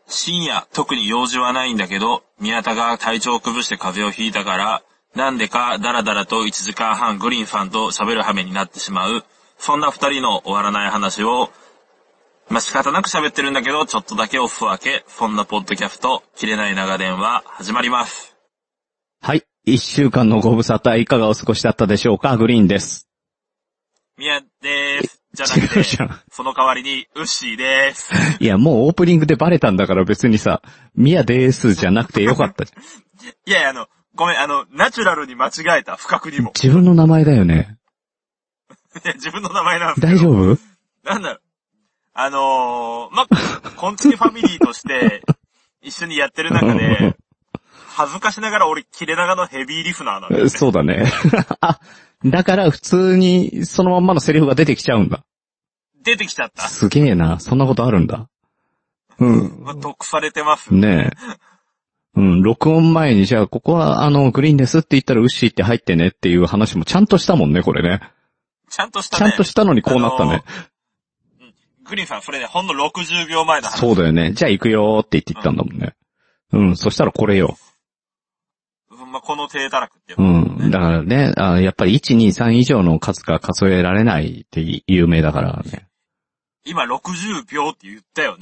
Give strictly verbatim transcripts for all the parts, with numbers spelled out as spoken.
深夜、特に用事はないんだけど、宮田が体調を崩して風邪をひいたから、なんでかダラダラといちじかんはんグリーンさんと喋る羽目になってしまう。そんな二人の終わらない話を、まあ、仕方なく喋ってるんだけど、ちょっとだけオフ分け、そんなポッドキャスト、切れない長電話、始まります。 はい。一週間のご無沙汰いかがお過ごしだったでしょうか？グリーンです。 宮でーす。じゃなくて、その代わりに、ウッシーでーす。 いや、もうオープニングでバレたんだから別にさ、宮でーすじゃなくてよかったじゃん。 いやいや、あの、ごめん、あの、ナチュラルに間違えた、不覚にも。 自分の名前だよね。 いや、自分の名前なんですけど。 大丈夫？ なんだろう。あのー、ま、コンチキファミリーとして、一緒にやってる中で、恥ずかしながら俺、切れ長のヘビーリフナーなんだよね。 そうだね。あ、だから普通にそのまんまのセリフが出てきちゃうんだ。 出てきちゃった。 すげえな。そんなことあるんだ。うん。 ま、得されてますねえ。うん、録音前にじゃあここはあのグリーンですって言ったらウッシーって入ってねっていう話もちゃんとしたもんね、これね。 ちゃんとしたね。 ちゃんとしたのにこうなったね。 あのー、グリーンさん、それね、ほんのろくじゅうびょうまえの話。 そうだよね。じゃあ行くよーって言って言ったんだもんね。うん、うん、そしたらこれよ。 まあ、この低たらくっていう、 ね。うん。だからね、あ、やっぱりいち、に、さん以上の数が数えられないって有名だからね。 今ろくじゅうびょうって言ったよね。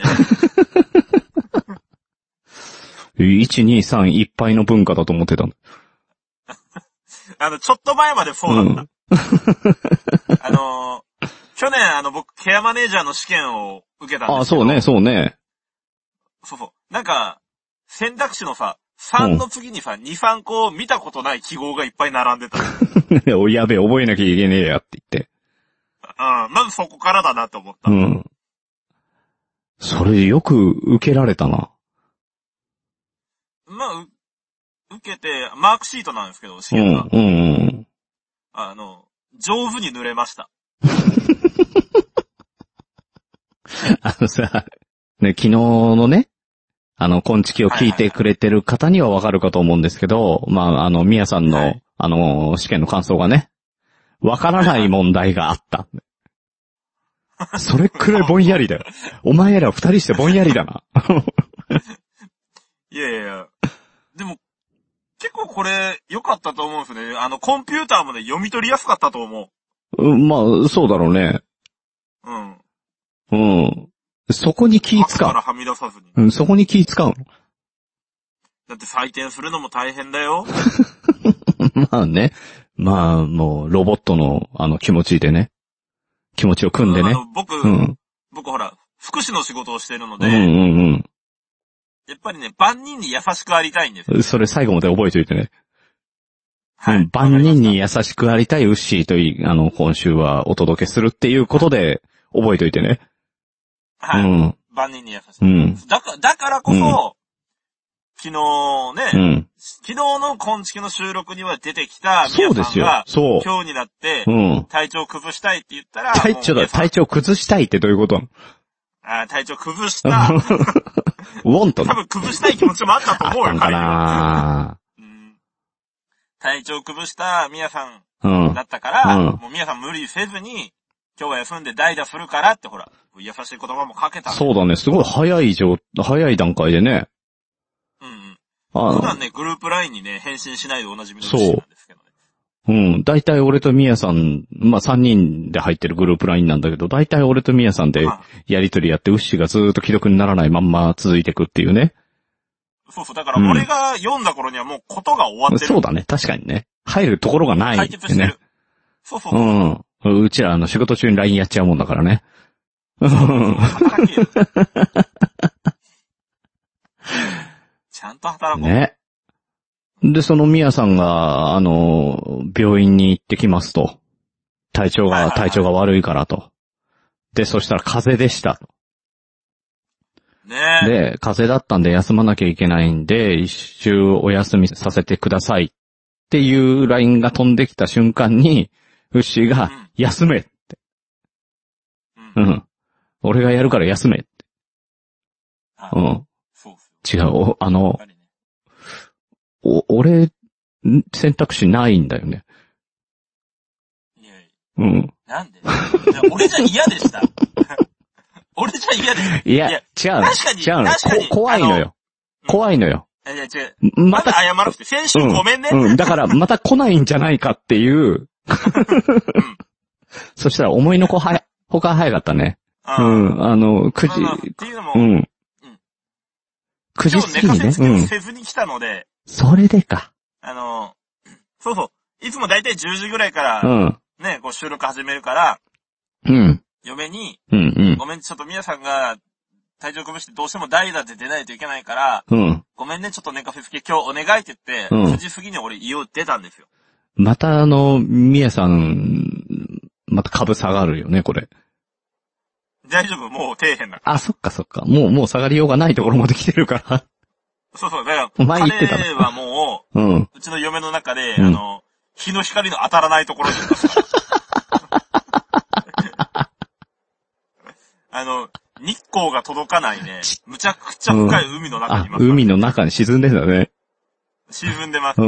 いち、に、さんいっぱいの文化だと思ってたんだ。 あの、ちょっと前までそうだった。うん、あのー、去年あの僕、ケアマネージャーの試験を受けたんですけど。 あ、そうね、そうね。 そうそう。なんか、選択肢のさ、さんの次にさ、うん、に、さんこ見たことない記号がいっぱい並んでた。 おやべえ、覚えなきゃいけねえやって言って。 うん、まずそこからだなと思った。 うん。それよく受けられたな。 まあ、受けて、マークシートなんですけど、試験が。 うん、うん、うん。 あの、上手に塗れました。 あのさ、ね、昨日のね、あの、コンチキを聞いてくれてる方にはわかるかと思うんですけど、まあ、あの、ミヤさんの、はい、あの、試験の感想がね、わからない問題があった。それくらいぼんやりだよ。お前ら二人してぼんやりだな。 いやいやいや。でも、結構これ良かったと思うんですね。あの、コンピューターもね、読み取りやすかったと思う。 うん、まあ、そうだろうね。 うん。 うん。そこに気使う。 からはみ出さずに。 うん、そこに気使うの。 だって採点するのも大変だよ。 まあね。まあ、もう、ロボットの、あの、気持ちでね。気持ちを組んでね。 あの僕、うん、僕ほら、福祉の仕事をしているので、 うんうんうん。 やっぱりね、万人に優しくありたいんですよ。 それ最後まで覚えておいてね。はい。うん、万人に優しくありたいウッシーとい、あの、今週はお届けするっていうことで、覚えておいてね。 はい。うん。万人に優しい。 うん。 だから、だからこそ、うん、昨日ね、うん、昨日の今月の収録には出てきた宮さんが、そう今日になって、体調崩したいって言ったら、うん、 体調だ、体調崩したいってどういうことなの？ あ、体調崩した。 ウォント多分崩したい気持ちもあったと思うよ、 あったんかな、 うん、体調崩した宮さんだったから、うん、もう宮さん無理せずに、今日は休んで代打するからってほら、優しい言葉もかけた。 そうだね、すごい早い状、早い段階でね。 うんうん。普段ね、グループラインにね、返信しないでおなじみの人なんですけどね。 うん。大体俺とミヤさん、まあさんにんで入ってるグループラインなんだけど、大体俺とミヤさんでやりとりやって、ウッシーがずーっと既読にならないまんま続いていくっていうね。 そうそう、だから俺が読んだ頃にはもうことが終わってる。 そうだね、確かにね。入るところがない、ね。 解決してる。そうそうそう。 うん。うちらあの仕事中に ライン やっちゃうもんだからね。 そうそうそう働きちゃんと働こう。 ね。で、そのミヤさんが、あの、病院に行ってきますと。体調が、体調が悪いからと。で、そしたら風邪でした。 ねえ。 で、風邪だったんで休まなきゃいけないんで、一週お休みさせてくださいっていう ライン が飛んできた瞬間に、ウッシーが、休めって。うん。うん。俺がやるから休めって。うん。違う、あの、お、俺、選択肢ないんだよね。 いやいや。 うん。 なんで？じゃあ俺じゃ嫌でした。 俺じゃ嫌です。 いや、いや違うの。 確かに、 違うの。 確かに。 怖いのよ。怖いのよ。 いや違う。また謝らなくて、先週ごめんね。 うん。うん、だから、また来ないんじゃないかっていう。うん、そしたら、思いのほか早かったね。うん。あの、くじ、 っていうのも、 うん。くじ過ぎにね。 今日寝かせつけをせずに来たので、うん。 それでか。 あの、そうそう。いつもだいたいじゅうじぐらいから、 うん。 ね、こう収録始めるから、 うん。 嫁に、 うんうん。 ごめん、ちょっと皆さんが、体調崩してどうしても代打で出ないといけないから、 うん。 ごめんね、ちょっと寝かせつけ今日お願いって言って、うん、くじ過ぎに俺家を出たんですよ。 またあの、みやさん、また株下がるよね、これ。 大丈夫、もう底辺だから。 あ、そっかそっか。もう、もう下がりようがないところまで来てるから。 そうそう、だから、 前言ってた彼はもう、うん、うちの嫁の中で、うん、あの、日の光の当たらないところにいますから。あの、日光が届かないね、むちゃくちゃ深い海の中にいます、 うん、海の中に沈んでんだね。 沈んでます。 うん。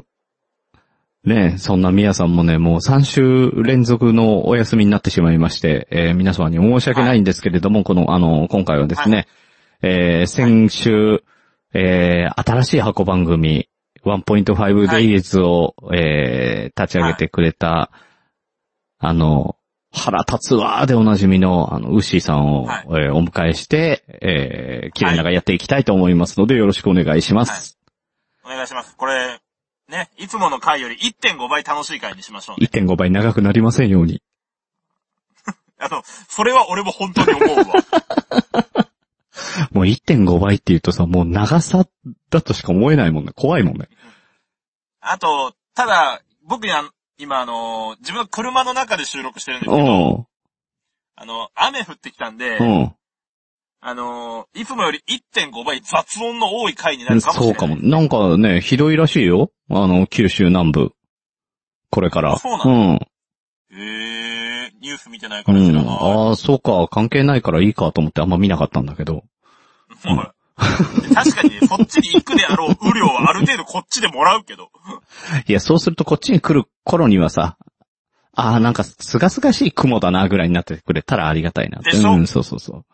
ねえ、そんなみやさんもね、もうさん週連続のお休みになってしまいまして、えー、皆様に申し訳ないんですけれども、はい、この、あの、今回はですね、はい、えー、先週、えー、新しい箱番組、ワンポイントファイブ Days を、はい、えー、立ち上げてくれた、はい、あの、腹立つわーでおなじみの、あの、ウッシーさんを、はい、えー、お迎えして、えー、綺麗ながやっていきたいと思いますので、よろしくお願いします。 はい、お願いします。これ、ね、いつもの回より いってんご 倍楽しい回にしましょうね。 いってんご 倍長くなりませんように。 あの、それは俺も本当に思うわ。 もう いってんご 倍って言うとさ、もう長さだとしか思えないもんね。怖いもんね。 あと、ただ、僕にあ今あの、自分の車の中で収録してるんですけど、あの、雨降ってきたんで、あの、いつもより いってんご 倍雑音の多い回になるかもしれない。 そうかも。なんかね、ひどいらしいよ。あの、九州南部。これから。 そうなの？うん。へえー、ニュース見てないから知らない。うん、 ああ、そうか。関係ないからいいかと思ってあんま見なかったんだけど。 うん、確かにね、そっちに行くであろう雨量はある程度こっちでもらうけど。 いや、そうするとこっちに来る頃にはさ、ああ、なんか、すがすがしい雲だな、ぐらいになってくれたらありがたいな。 でしょ？ うん、そうそうそう。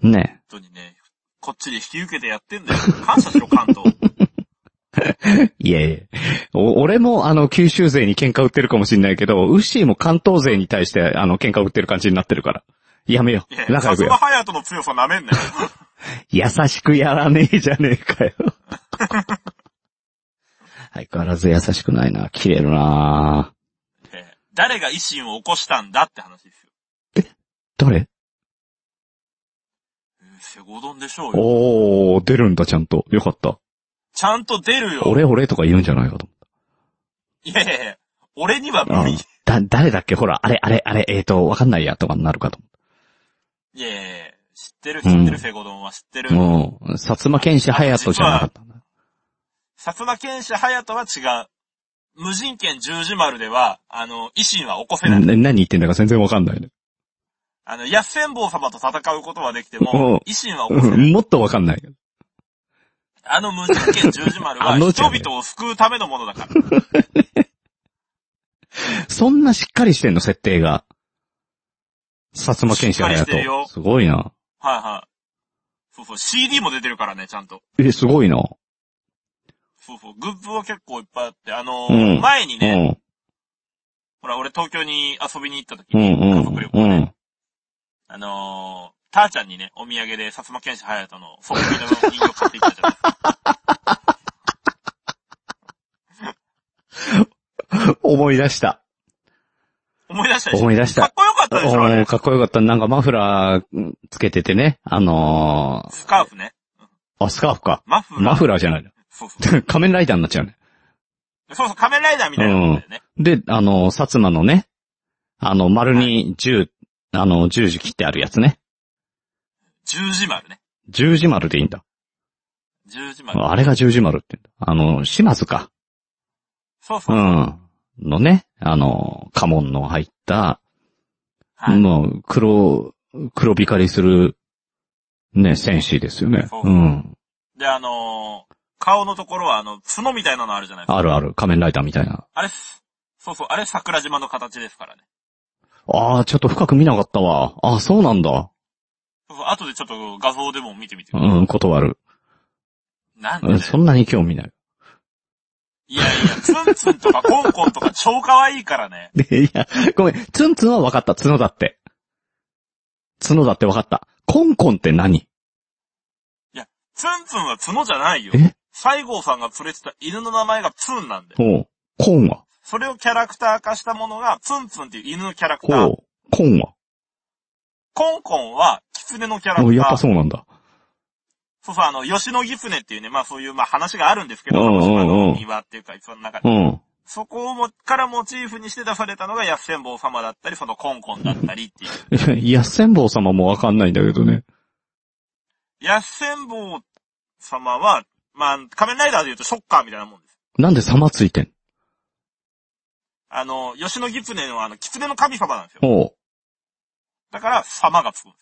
ね。 本当にね、こっちで引き受けてやってんだよ。感謝しろ、関東。 いやいや。俺もあの、九州勢に喧嘩売ってるかもしんないけど、ウッシーも関東勢に対してあの、喧嘩売ってる感じになってるから。やめよう。仲良くや。 さすが隼人の強さなめんなよ。 優しくやらねえじゃねえかよ。相変わらず優しくないな。切れるな。 誰が維新を起こしたんだって話ですよ。 え誰？ えー、セゴドンでしょうよ。 おー、出るんだ、ちゃんと。よかった。 ちゃんと出るよ。 俺俺とか言うんじゃないかと思った。 いやいやいや、俺には無理。 だ、誰だっけほら、あれ、あれ、あれ、えーと、わかんないや、とかになるかと思った。 いやいやいや、知ってる、知ってる、うん、セゴドンは知ってる。 もう、薩摩剣士隼人じゃなかったんだ。 薩摩剣士隼人は違う。無人剣十字丸では、あの、維新は起こせない。 何言ってんだか全然わかんないね。 あの、八千坊様と戦うことはできても、維新は起こせない。 うん、もっとわかんない。 あの無人剣十字丸は人々を救うためのものだから。 そんなしっかりしてんの、設定が。薩摩剣士隼人。すごいな。はいはい。そうそう、シーディー も出てるからね、ちゃんと。 え、すごいな。 そうそう、グッズは結構いっぱいあって、あのーうん、前にね、うん、ほら、俺東京に遊びに行った時に、家族旅行で、うんうん、あのー、ターちゃんにね、お土産で薩摩剣士隼人のそっくりの人形買っていったじゃないですか。 思い出した。 思い出したでしょ？ 思い出した。 かっこよかったでしょあれ。 かっこよかった。なんかマフラーつけててね、あのー、 スカーフね。 あ、スカーフか。 マフラー。 マフラーじゃないの。そうそう仮面ライダーになっちゃうね。 そうそう、仮面ライダーみたいなもんだよね。 うん、で、あの、薩摩のね、あの、丸に十、はい、あの、十字切ってあるやつね。 十字丸ね。 十字丸でいいんだ。 十字丸。 あれが十字丸って。あの、島津か。 そうそうそう。 うん。のね、あの、家紋の入った、はい、もう、黒、黒光りする、ね、戦士ですよね。そうそう。うん。 で、あのー、顔のところはあの、角みたいなのあるじゃないですか。 あるある。仮面ライダーみたいな。 あれ、そうそう、あれ桜島の形ですからね。 ああ、ちょっと深く見なかったわ。ああ、そうなんだ。 後でちょっと画像でも見てみて。 うん、断る。 なんで、ね、 そんなに興味ない。 いやいや、ツンツンとかコンコンとか超可愛いからね。 いや、ごめん、ツンツンは分かった、角だって。角だって分かった。コンコンって何？いや、ツンツンは角じゃないよ。 え？ 西郷さんが連れてた犬の名前がツンなんだよ。 ほう。コンは？ それをキャラクター化したものがツンツンっていう犬のキャラクター。 ほう。コンは？ コンコンは狐のキャラクター。 やっぱそうなんだ。 そうそう、あの、吉野狐っていうね、まあそういう、まあ話があるんですけど、 うんうんうん、 鹿児島の庭っていうか、その中で。 うん。 そこをも、からモチーフにして出されたのが、八千坊様だったり、そのコンコンだったりっていう。 八千坊様もわかんないんだけどね。 八千坊様は、まあ、仮面ライダーで言うとショッカーみたいなもんです。 なんで様ついてん？ あの、吉野狐のあの、狐の神様なんですよ。 おう。 だから、様がつくんです。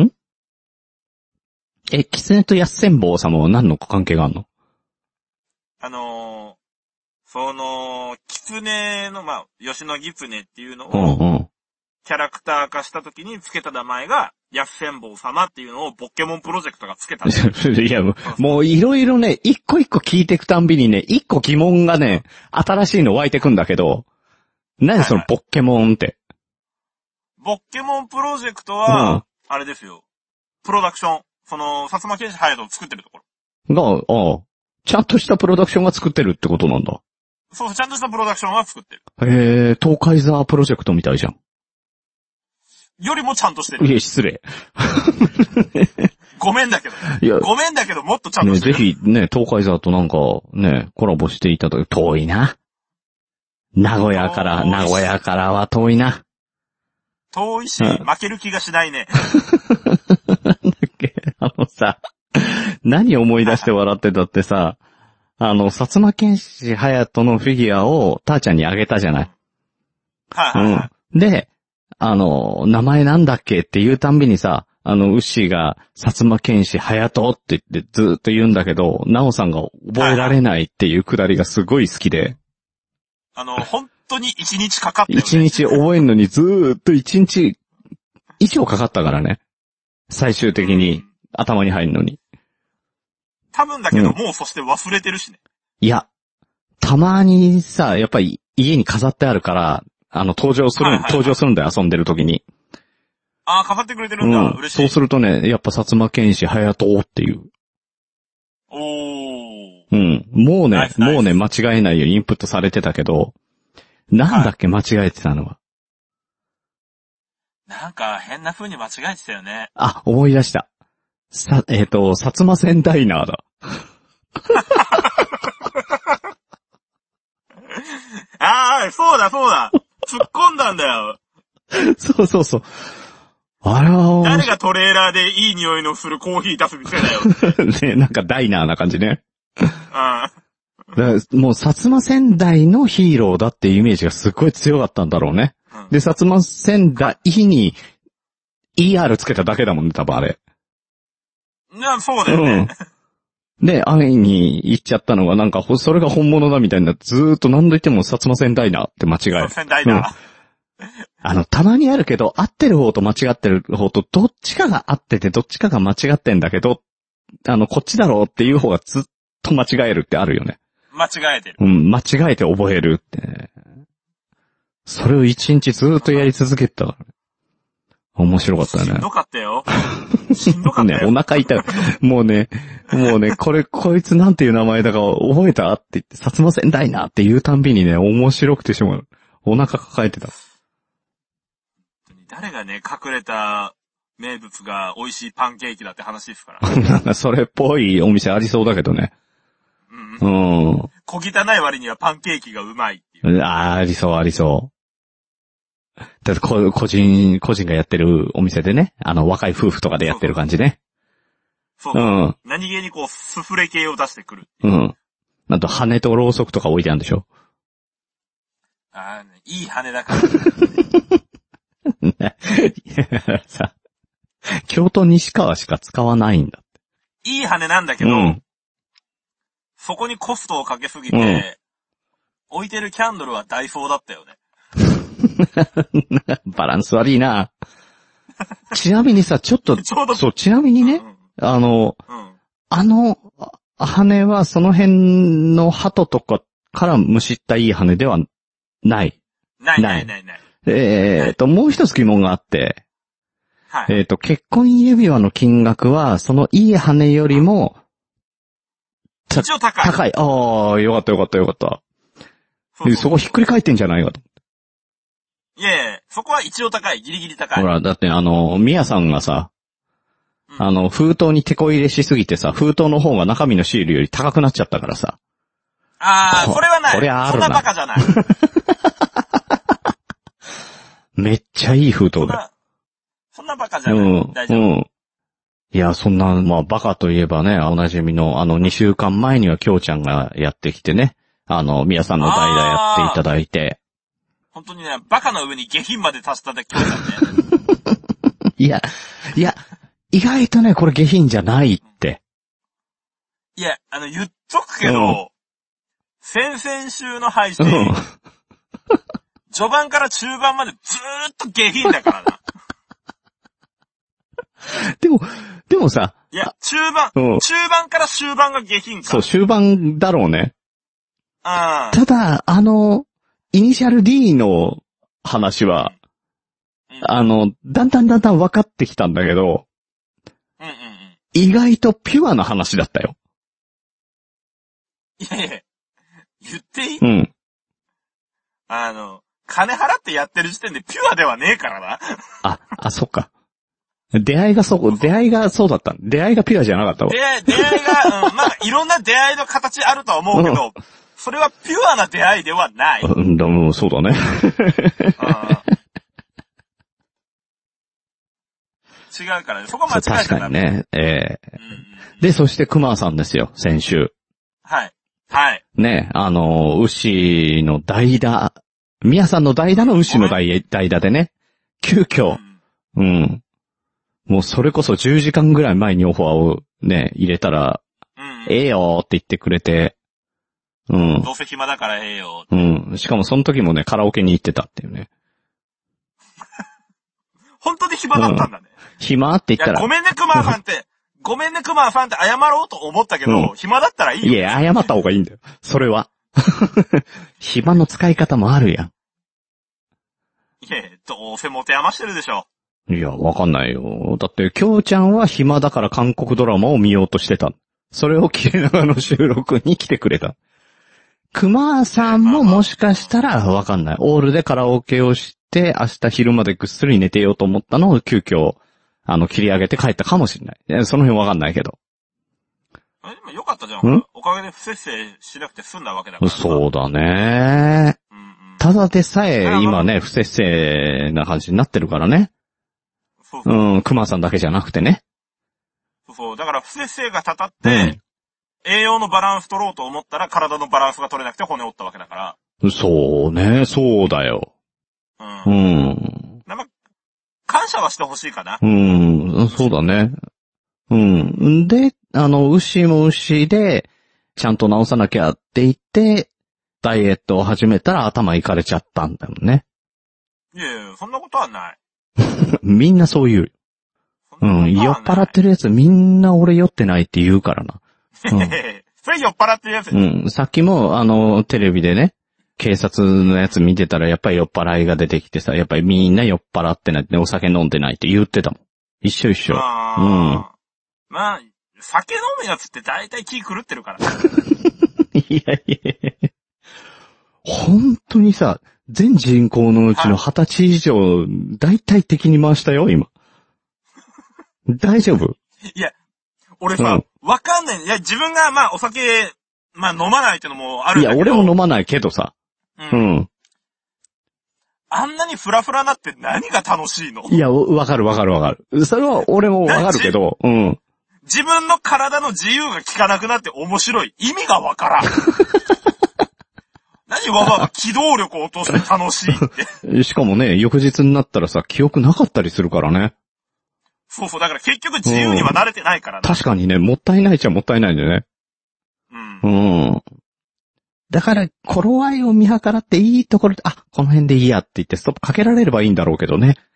ん？え、狐と八千坊様は何の関係があるの？ あのー、その、狐の、まあ、吉野狐っていうのを、 うんうん。 キャラクター化した時に付けた名前が、八千坊様っていうのをポケモンプロジェクトが付けたんですよ。 いや、もういろいろね、一個一個聞いていくたんびにね、一個疑問がね、新しいの湧いてくんだけど、何そのポケモンって。 ポケモンプロジェクトは、うん、あれですよ。プロダクション。その、薩摩剣士隼人を作ってるところ。が、ああ。ちゃんとしたプロダクションが作ってるってことなんだ。 そう、ちゃんとしたプロダクションは作ってる。 へえ、東海ザープロジェクトみたいじゃん。 よりもちゃんとしてる。 いや、失礼。 ごめんだけど。いや、ごめんだけど、もっとちゃんとしてる。 ね、ぜひね、東海ザーとなんか、ね、コラボしていただく。遠いな。名古屋から、名古屋からは遠いな。 遠いし、負ける気がしないね。 なんだっけ、あのさ、何思い出して笑ってたってさ、あの、薩摩剣士隼人のフィギュアをターちゃんにあげたじゃない。 はいはいはい。 うん。で、あの、名前なんだっけって言うたんびにさ、あの、ウッシーが、薩摩剣士隼人って言ってずーっと言うんだけど、ナオさんが覚えられないっていうくだりがすごい好きで。 あの、本当に一日かかったよね。 一日覚えんのにずーっと一日以上かかったからね。最終的に頭に入るのに。 多分だけど、うん、もうそして忘れてるしね。 いや、たまにさ、やっぱり家に飾ってあるから、あの、登場する、はいはいはい、登場するんだよ、遊んでる時に。 ああ、飾ってくれてるんだ、うん、嬉しい。 そうするとね、やっぱ薩摩剣士隼人っていう。 おー。 うん。もうね、もうね、間違えないようにインプットされてたけど、なんだっけ、間違えてたのは。 なんか、変な風に間違えてたよね。 あ、思い出した。さ、えっと、薩摩川ダイナーだ。 ああ、そうだそうだ。突っ込んだんだよ。 そうそうそう。あれは、 誰がトレーラーでいい匂いのするコーヒー出す店だよ。 ね、なんかダイナーな感じね。 ああ。 だもう、薩摩川内のヒーローだっていうイメージがすっごい強かったんだろうね。うん、で、薩摩川内に イーアール つけただけだもんね、多分あれ。 いや、そうだよね。 うん、で、会いに行っちゃったのがなんか、それが本物だみたいになって、ずーっと何度言っても薩摩川ダイナーって間違える。 薩摩川ダイナー。 うん、あの、たまにあるけど、合ってる方と間違ってる方と、どっちかが合ってて、どっちかが間違ってんだけど、あの、こっちだろうっていう方がずっと間違えるってあるよね。 間違えてる。 うん、間違えて覚えるって、ね。それを一日ずーっとやり続けてたから。面白かったね。しんどかったよ。しんどかったよ。 ね、お腹痛い。もうね、もうね、これ、こいつなんていう名前だか覚えたって言って、薩摩川ダイナーって言うたんびにね、面白くてしまう。お腹抱えてた。 誰がね、隠れた名物が美味しいパンケーキだって話ですから。 なんかそれっぽいお店ありそうだけどね。 うん。 うん。 小汚い割にはパンケーキがうまいっていう。 あ, ありそうありそう。だって個人、個人がやってるお店でね、あの若い夫婦とかでやってる感じね。 そうそう。うん。何気にこう、スフレ系を出してくる。 うん。なんと羽とろうそくとか置いてあるんでしょ。 ああ、ね、いい羽だから。 さ、京都西川しか使わないんだって。 いい羽なんだけど、うん、そこにコストをかけすぎて、うん、置いてるキャンドルはダイソーだったよね。 バランス悪いな。 ちなみにさ、ちょっと、 ちょうどそう、ちなみにね、 うんあの、 うん。 あの、羽はその辺の鳩とかからむしったいい羽ではない。 ないないないない。 えーと、もう一つ疑問があって、 はい。 えーと、結婚指輪の金額は、そのいい羽よりも、 一応高い。 高い。ああ、よかったよかったよかった。 そうそうそこひっくり返ってんじゃないかと。 いやいや、そこは一応高い。ギリギリ高い。 ほら、だってあの、ミヤさんがさ、 うん、 あの、封筒に手こ入れしすぎてさ、封筒の方が中身のシールより高くなっちゃったからさ。 あー、それはない。 これあるな。 そんなバカじゃない。 めっちゃいい封筒だよ。 そんなバカじゃない。 うん。 大丈夫。 うん。いや、そんな、まあ、バカといえばね、おなじみの、あの、にしゅうかんまえにはきょうちゃんがやってきてね、あの、みやさんの代打やっていただいて。 本当にね、バカの上に下品まで足したできょうちゃんね。 いや、いや、意外とね、これ下品じゃないって。 いや、あの、言っとくけど、うん、先々週の配信、うん、序盤から中盤までずーっと下品だからな。 でも、でもさ。 いや、中盤、うん、中盤から終盤が下品か。 そう、終盤だろうね。 ああ。 ただ、あの、イニシャル D の話は、うん、あの、だんだんだんだん分かってきたんだけど、 うんうんうん、 意外とピュアな話だったよ。 いやいや、言っていい？ うん。 あの、金払ってやってる時点でピュアではねえからな。 あ、あ、そっか。出会いがそう、出会いがそうだった。出会いがピュアじゃなかったわ。 出会い、出会いが、うん、まあ、いろんな出会いの形あるとは思うけど、うん、それはピュアな出会いではない。 うん、でもそうだね。 違うからね。そこは間違えちゃダメ。 確かにね。ええーうんうん。で、そして熊さんですよ、先週。 はい。はい。 ね、あの、牛の代打、宮さんの代打の牛の代代打でね、急遽、うん、うんもうそれこそじゅうじかんぐらい前にオファーをね、入れたら、うん、ええよーって言ってくれて、うん。 どうせ暇だからええよー。うん。しかもその時もね、カラオケに行ってたっていうね。 本当に暇だったんだね。 うん、暇って言ったら。 ごめんね、クマさんって、ごめんね、クマさんって謝ろうと思ったけど、うん、暇だったらいいよ。 いや、謝った方がいいんだよ。それは。暇の使い方もあるやん。 いや、どうせ持て余してるでしょ。 いや、わかんないよ。だって、きょうちゃんは暇だから韓国ドラマを見ようとしてた。それを切れ長の収録に来てくれた。熊さんももしかしたらわかんない。オールでカラオケをして、明日昼までぐっすり寝てようと思ったのを急遽、あの、切り上げて帰ったかもしれない。いやその辺わかんないけど。 あ、でもよかったじゃん。んおかげで不摂生しなくて済んだわけだから。 そうだね。うんうん、ただでさえ今ね、不摂生な感じになってるからね。そうそううん、熊さんだけじゃなくてね。 そうそう。だから不摂生がたたって、うん、栄養のバランス取ろうと思ったら体のバランスが取れなくて骨折ったわけだから。 そうね、そうだよ。うん。うん。 なんか、感謝はしてほしいかな。 うん、そうだね。うん。で、あの、牛も牛で、ちゃんと治さなきゃって言って、ダイエットを始めたら頭いかれちゃったんだよね。 いやいや、そんなことはない。 みんなそう言う。うん、酔っ払ってるやつみんな俺酔ってないって言うからな。 うん、それ酔っ払ってるやつ。 うん、さっきもあの、テレビでね、警察のやつ見てたらやっぱり酔っ払いが出てきてさ、やっぱりみんな酔っ払ってないってお酒飲んでないって言ってたもん。一緒一緒。うん。 まあ、酒飲むやつって大体気狂ってるから。 いやいやいや。本当にさ、全人口のうちの二十歳以上、大体敵に回したよ、今。大丈夫？ いや、俺さ、わ、うん、かんない。いや、自分がまあお酒、まあ飲まないっていうのもあるんだけど。 いや、俺も飲まないけどさ。うん。うん、 あんなにフラフラなって何が楽しいの？ いや、わかるわかるわかる。それは俺もわかるけど、うん。 自分の体の自由が効かなくなって面白い。意味がわからん。何わわわ機動力を落として楽しいって。 しかもね、翌日になったらさ、記憶なかったりするからね。 そうそう、だから結局自由には慣れてないからね、 うん。確かにね、もったいないっちゃもったいないんだよね。うん。うん。だから、頃合いを見計らっていいところで、あ、この辺でいいやって言ってストップかけられればいいんだろうけどね。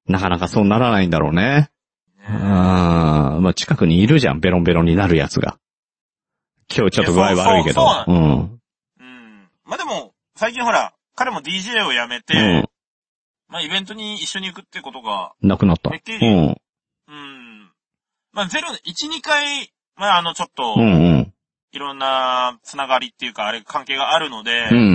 なかなかそうならないんだろうね。 ねあまあ近くにいるじゃん、ベロンベロンになるやつが。今日ちょっと具合悪いけど。 そうそうそううん。 うん。まあでも、最近ほら、彼も ディージェー をやめて、うん、まあイベントに一緒に行くってことが、 なくなった。 うん。うん。まあゼロ、いち、にかい、まああのちょっと、 うんうん、 いろんなつながりっていうか、あれ関係があるので、 うんうんうん、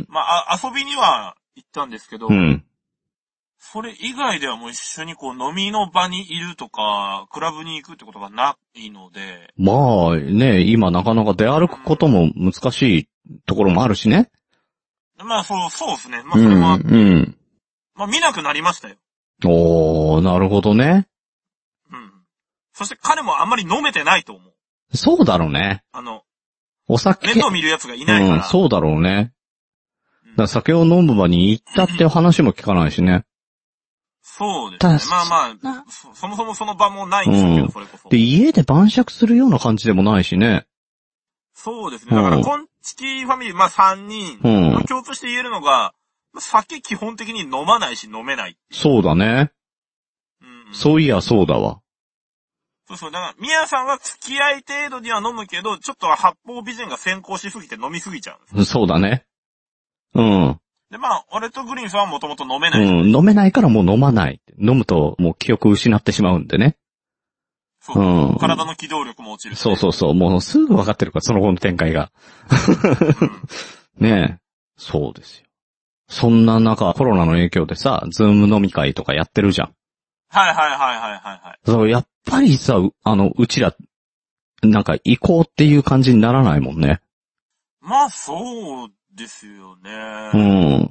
まあ、あ遊びには行ったんですけど、うん、それ以外ではもう一緒にこう飲みの場にいるとか、クラブに行くってことがないので。 まあね、今なかなか出歩くことも難しいところもあるしね。 うん、まあそう、そうですね。まあそれもあって、うんうん、まあ見なくなりましたよ。 おー、なるほどね。 うん。そして彼もあんまり飲めてないと思う。 そうだろうね。 あの、 お酒。 面倒見る奴がいないから。 うん、そうだろうね。だから酒を飲む場に行ったっていう話も聞かないしね。 そうですね。まあまあそ、そもそもその場もないんでしょうけど、うん、それこそ。 で、家で晩酌するような感じでもないしね。 そうですね。だから、コンチキファミリー、まあさんにん、うん、まあ、共通して言えるのが、酒基本的に飲まないし飲めない。 そうだね。うん、そういや、そうだわ。 そうそう。だから、ミヤさんは付き合い程度には飲むけど、ちょっと八方美人が先行しすぎて飲みすぎちゃうんです。 そうだね。うん。 で、まあ、俺とグリーンさんはもともと飲めない。 うん、飲めないからもう飲まない。飲むともう記憶失ってしまうんでね。 そう、うん。体の機動力も落ちる、ね。 そうそうそう。もうすぐ分かってるから、その後の展開が。うん、ねえ。そうですよ。そんな中、コロナの影響でさ、ズーム飲み会とかやってるじゃん。 はいはいはいはいはいはい。 そう、やっぱりさ、あの、うちら、なんか行こうっていう感じにならないもんね。 まあ、そうですよね。 うん。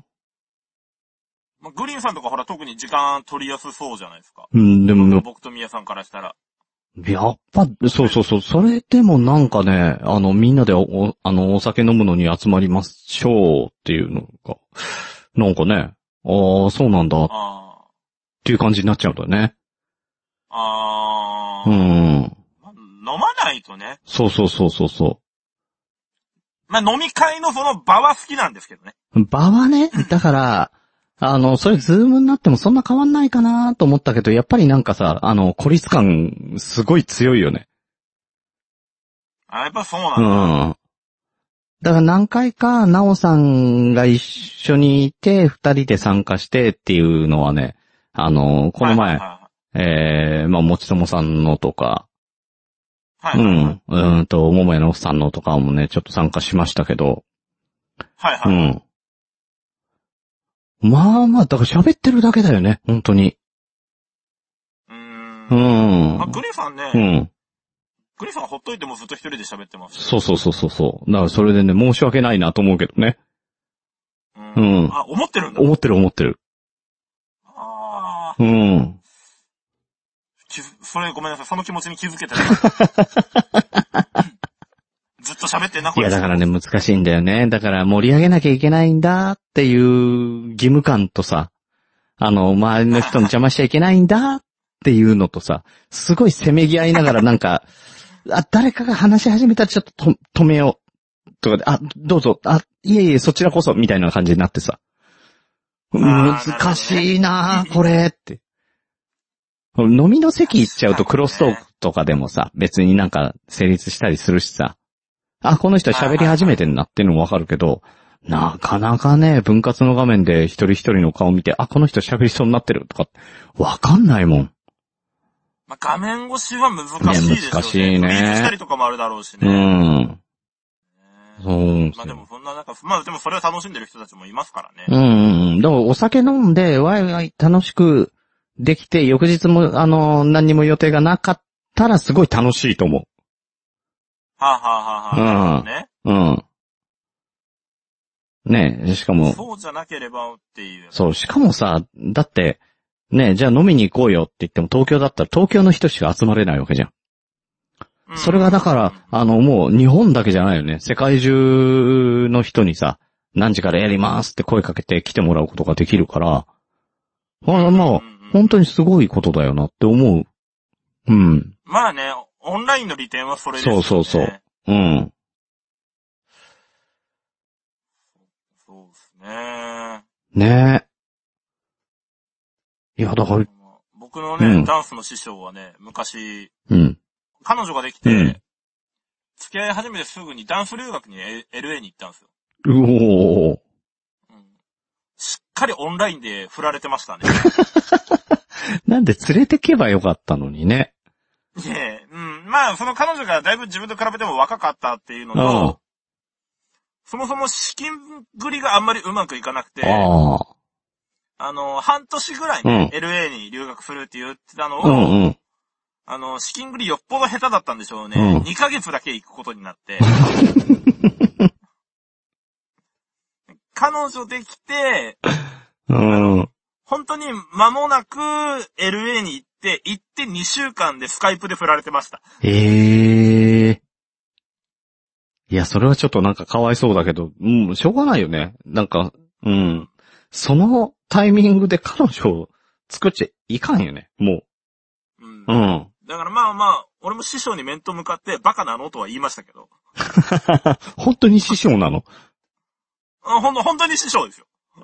まあ、グリーンさんとかほら特に時間取りやすそうじゃないですか。 うん、でも、 僕とミヤさんからしたら。 やっぱ、そうそうそう、それでもなんかね、あの、みんなでお、あの、お酒飲むのに集まりましょうっていうのが、なんかね、ああ、そうなんだ、っていう感じになっちゃうんだよね。 ああ。 うん。飲まないとね。 そうそうそうそうそう。 まあ、飲み会のその場は好きなんですけどね。 場はね、だから、あの、それズームになってもそんな変わんないかなと思ったけど、やっぱりなんかさ、あの、孤立感、すごい強いよね。 あ、やっぱそうなんだ。 うん。だから何回か、なおさんが一緒にいて、二人で参加してっていうのはね、あの、この前、はいはいはい、えー、まあ、もちともさんのとか、はいはいはい、うん、うんと、ももやのさんのとかもね、ちょっと参加しましたけど、 はいはい、はい。うん。 まあまあ、だから喋ってるだけだよね、本当に。うーん。うん。 あ、グリさんね。 うん。 グリさんほっといてもずっと一人で喋ってます。 そうそうそうそうそう。だからそれでね、申し訳ないなと思うけどね。 うん。うん、あ、思ってるんだ。 思ってる思ってる。 ああ。 うん。 気づ、それごめんなさい。その気持ちに気づけてない。ずっと喋ってんな、これ。 いや、だからね、難しいんだよね。だから盛り上げなきゃいけないんだっていう義務感とさ、あの、周りの人の邪魔しちゃいけないんだっていうのとさ、すごいせめぎ合いながらなんか、あ、誰かが話し始めたらちょっとと止めよう。とかで、あ、どうぞ、あ、いえいえ、そちらこそ、みたいな感じになってさ。難しいなぁ、これって。飲みの席行っちゃうとクロストークとかでもさ、別になんか成立したりするしさ。あ、この人喋り始めてんなっていうのもわかるけど、なかなかね、分割の画面で一人一人の顔見て、あ、この人喋りそうになってるとか、わかんないもん。 まあ、画面越しは難しいですよね。 難しいね。 フリーズしたりとかもあるだろうしね。 うん。そう。 まあでもそんな中、まあでもそれを楽しんでる人たちもいますからね。 うんうん。でもお酒飲んで、ワイワイ楽しくできて、翌日も、あの、何にも予定がなかったらすごい楽しいと思う。 はあ、はあはあはあ、 うん。ね。うん。ねえ、しかも。 そうじゃなければっていう。 そう、しかもさ、だって、ねえ、じゃあ飲みに行こうよって言っても東京だったら東京の人しか集まれないわけじゃん。うん、それがだから、あの、もう日本だけじゃないよね。世界中の人にさ、何時からやりますって声かけて来てもらうことができるから、まあ、まあ、本当にすごいことだよなって思う。うん。 まあね、オンラインの利点はそれですよね。 そうそうそう。うん。 そうですね。 ねえ。いや、だから、 僕のね、 うんダンスの師匠はね、昔、 うん。 彼女ができて、 うん付き合い始めてすぐにダンス留学に エルエー に行ったんですよ。 うおー。 うん、しっかりオンラインで振られてましたね。 なんで連れてけばよかったのにね。 いえ、うん。まあ、その彼女がだいぶ自分と比べても若かったっていうのと、 うん、 そもそも資金繰りがあんまりうまくいかなくて、 ああ。 あの、半年ぐらいね、 うん、 エルエー に留学するって言ってたのを、 うんうん、 あの、資金繰りよっぽど下手だったんでしょうね。 うん、 にかげつだけ行くことになって。彼女できて、 うん、 本当に間もなく エルエー に行って、行ってにしゅうかんでスカイプで振られてました。 ええー。いや、それはちょっとなんかかわいそうだけど、うん、しょうがないよね。なんか、うん。そのタイミングで彼女を作っちゃいかんよね、もう。うん。うん。 だからまあまあ、俺も師匠に面と向かってバカなのとは言いましたけど。 本当に師匠なの？ あ、ほんと、本当に師匠ですよ。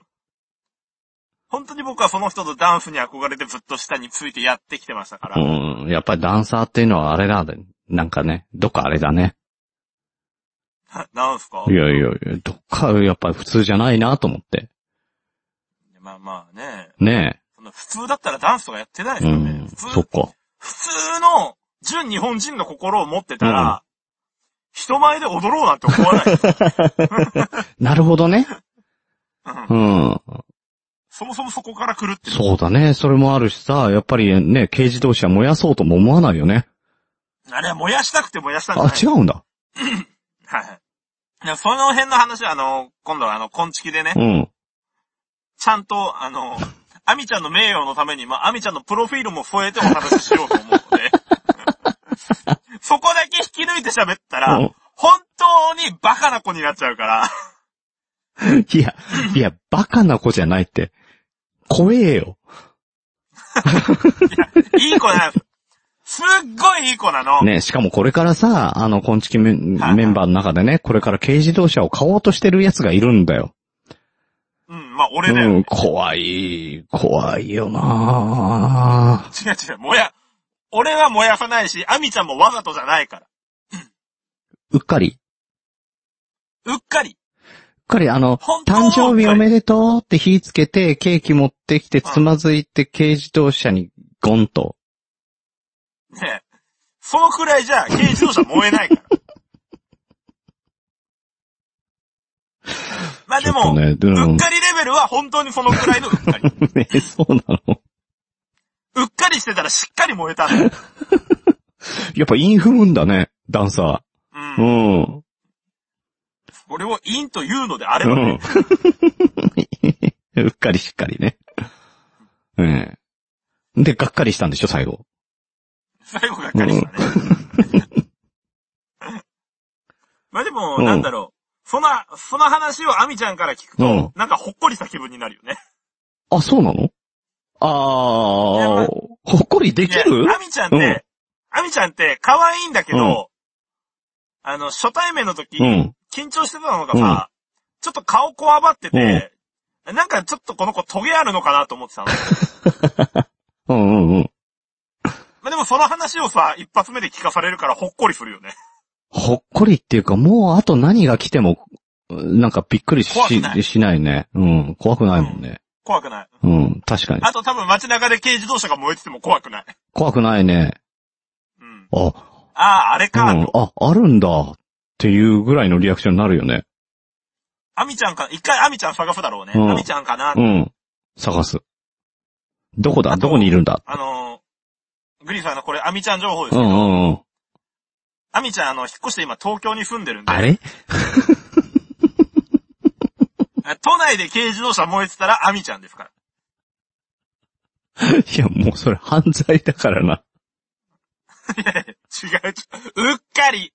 本当に僕はその人とダンスに憧れてずっと下についてやってきてましたから。 うん。やっぱりダンサーっていうのはあれだ、なんかね、どっかあれだね。 なんすか？ いやいやいや、どっかやっぱり普通じゃないなと思って。 まあまあね。 ねえ。 その普通だったらダンスとかやってないですよね。 うん、 普通そっか。 普通の純日本人の心を持ってたら、うん、人前で踊ろうなんて思わない。 なるほどね。うん。うん。 そもそもそこから来るって。 そうだね。それもあるしさ、やっぱりね、軽自動車燃やそうとも思わないよね。 あれは燃やしたくて燃やしたんじゃない？ あ、違うんだ。 はい。いや、その辺の話は、あの、今度はあの、コンチキでね。 うん。 ちゃんと、あの、アミちゃんの名誉のために、まあ、アミちゃんのプロフィールも添えてお話ししようと思うので。そこだけ引き抜いて喋ったら、うん、本当にバカな子になっちゃうから。 いや、いや、バカな子じゃないって。怖えよ。 いや、いい子なんです。すっごいいい子なの。 ね、しかもこれからさ、あの、コンチキメンバーの中でね、これから軽自動車を買おうとしてる奴がいるんだよ。 うん、まあ、俺だよ、ね。 うん、怖い、怖いよなぁ。違う違う、もや、俺は燃やさないし、アミちゃんもわざとじゃないから。 うっかり。 うっかり。 うっかり、あの、誕生日おめでとうって火つけて、ケーキ持ってきて、つまずいて、軽自動車にゴンと。 ねえ。そのくらいじゃ、軽自動車燃えないから。まあでも、ねうん、うっかりレベルは本当にそのくらいのうっかり。 え、そうなの？ うっかりしてたらしっかり燃えたんだよ。 やっぱイン踏むんだね、ダンサー。うん。 うん。 これをインというのであればね。 うん、うっかりしっかりね。うん。で、がっかりしたんでしょ、最後。 最後がっかりしたね。うん、まあでも、なんだろう。その、その話をアミちゃんから聞くと、うん、なんかほっこりした気分になるよね。 あ、そうなの？あー、まあ、ほっこりできる？ アミちゃんって、うん、アミちゃんって可愛いんだけど、うん、あの、初対面の時、うん、緊張してたのがさ、うん、ちょっと顔こわばってて、うん、なんかちょっとこの子トゲあるのかなと思ってたの。 うんうんうん。 まあ、でもその話をさ、一発目で聞かされるからほっこりするよね。 ほっこりっていうか、もうあと何が来ても、なんかびっくり し, ないしないね。うん。怖くないもんね。 うん、怖くない。 うん、確かに。 あと多分街中で軽自動車が燃えてても怖くない。 怖くないね。 うん。 あ、 ああ、あれか、うん。 あ、あるんだっていうぐらいのリアクションになるよね。 アミちゃんか、一回アミちゃん探すだろうね。うん、アミちゃんかな。 うん。探す。どこだどこにいるんだあのー、グリーンさんのこれアミちゃん情報ですけど。 うんうんうん。 アミちゃんあの、引っ越して今東京に住んでるんで。 あれ都内で軽自動車燃えてたらアミちゃんですから。 いや、もうそれ犯罪だからな。 いやいや、違う違う。うっかり。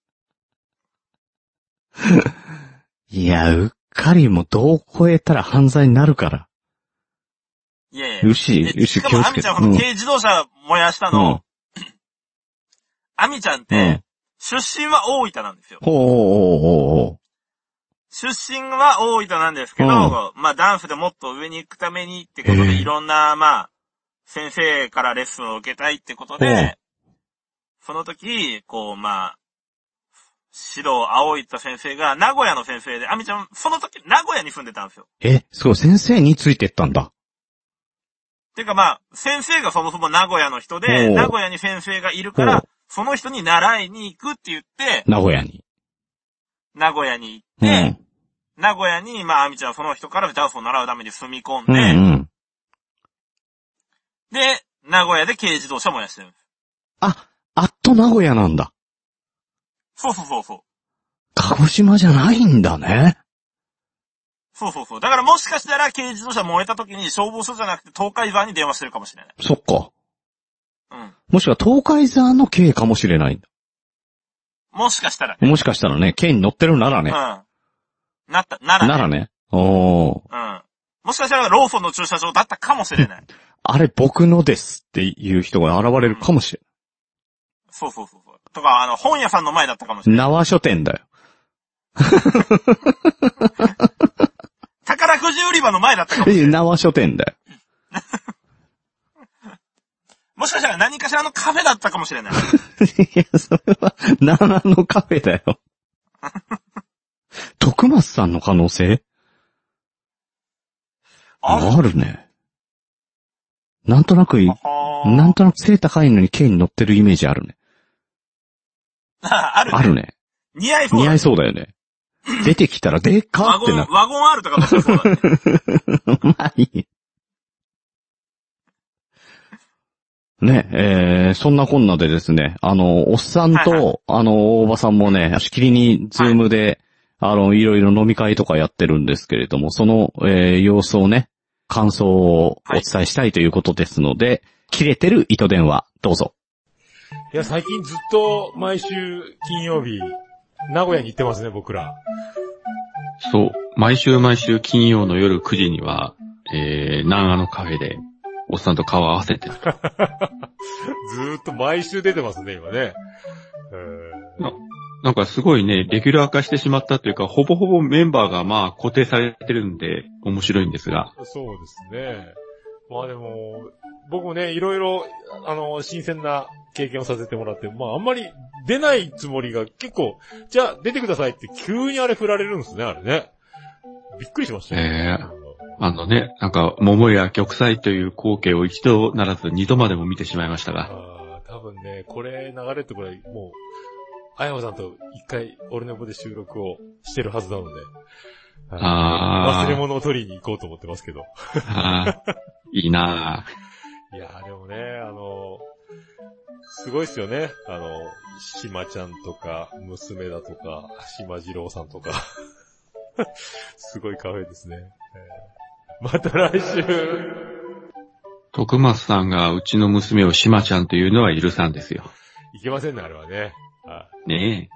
いや、うっかりもどう超えたら犯罪になるから。 いやいや。 牛、牛気をつけて。 しかもアミちゃんこの軽自動車燃やしたの。うん、アミちゃんって、うん出身は大分なんですよ。 ほうほうほうほう。 出身は大分なんですけど、うん、まあダンスでもっと上に行くためにってことでいろんな、まあ、 先生からレッスンを受けたいってことで、その時、こう、まあ、指導を仰いだ先生が名古屋の先生で、あみちゃん、その時名古屋に住んでたんですよ。 え、すごい、先生についてったんだ。 てかまあ、先生がそもそも名古屋の人で、名古屋に先生がいるから、その人に習いに行くって言って、 名古屋に。 名古屋に行って、うん、名古屋に、まあ、あみちゃんはその人からダンスを習うために住み込んで、うんうん、で、名古屋で軽自動車燃やしてるんです。 あ、あっと名古屋なんだ。 そうそうそうそう。 鹿児島じゃないんだね。 そうそうそう。だからもしかしたら軽自動車燃えた時に消防署じゃなくて東海山に電話してるかもしれない。 そっか。 うん。 もしくは東海山の軽かもしれないんだ。 もしかしたらね。 もしかしたらね、軽に乗ってるならね。 うん。なった、ならね。 ならね。おー。 うん。もしかしたらローソンの駐車場だったかもしれない。 あれ僕のですっていう人が現れるかもしれない。 うん、そうそうそうそう。とか、あの、本屋さんの前だったかもしれない。 縄書店だよ。 宝くじ売り場の前だったかもしれない。 縄書店だよ。 もしかしたら何かしらのカフェだったかもしれない。いや、それは、奈良のカフェだよ。徳松さんの可能性ある, あるね。なんとなく、なんとなく背高いのに軽に乗ってるイメージあるね。 あるね。 あるね。 似合いそうだ、ね。 似合いそうだよね。出てきたらでっかってなる。 ワゴン、ワゴン R とか乗ってそうだね。 まあいい。ね、えー、そんなこんなでですね、あの、おっさんと、はいはい、あの、大場さんもね、しきりにズームで、はい、あの、いろいろ飲み会とかやってるんですけれども、その、えー、様子をね、感想をお伝えしたいということですので、はい、切れてる糸電話、どうぞ。 いや、最近ずっと毎週金曜日、名古屋に行ってますね、僕ら。 そう。毎週毎週金曜の夜くじには、えー、南アのカフェで、おっさんと顔合わせてる。 ずーっと毎週出てますね、今ね。 えー、な, なんかすごいね、レギュラー化してしまったというか、ほぼほぼメンバーがまあ固定されてるんで、面白いんですが。 そうですね。まあでも、僕もね、いろいろ、あの、新鮮な経験をさせてもらって、まああんまり出ないつもりが結構、じゃあ出てくださいって急にあれ振られるんですね、あれね。びっくりしましたね。えーあのね、なんか、桃や玉砕という光景を一度ならず二度までも見てしまいましたが。 あ多分ね、これ流れてこれ、もう、あやまさんと一回、俺の部で収録をしてるはずなので、あ忘れ物を取りに行こうと思ってますけど。 あいいなぁ。いやーでもね、あの、すごいっすよね。あの、しまちゃんとか、娘だとか、しまじろうさんとか。すごいカフェですね。えー、また来週。 徳松さんがうちの娘をしまちゃんというのは許さんですよ。 いけませんね、あれはね。 あねえ。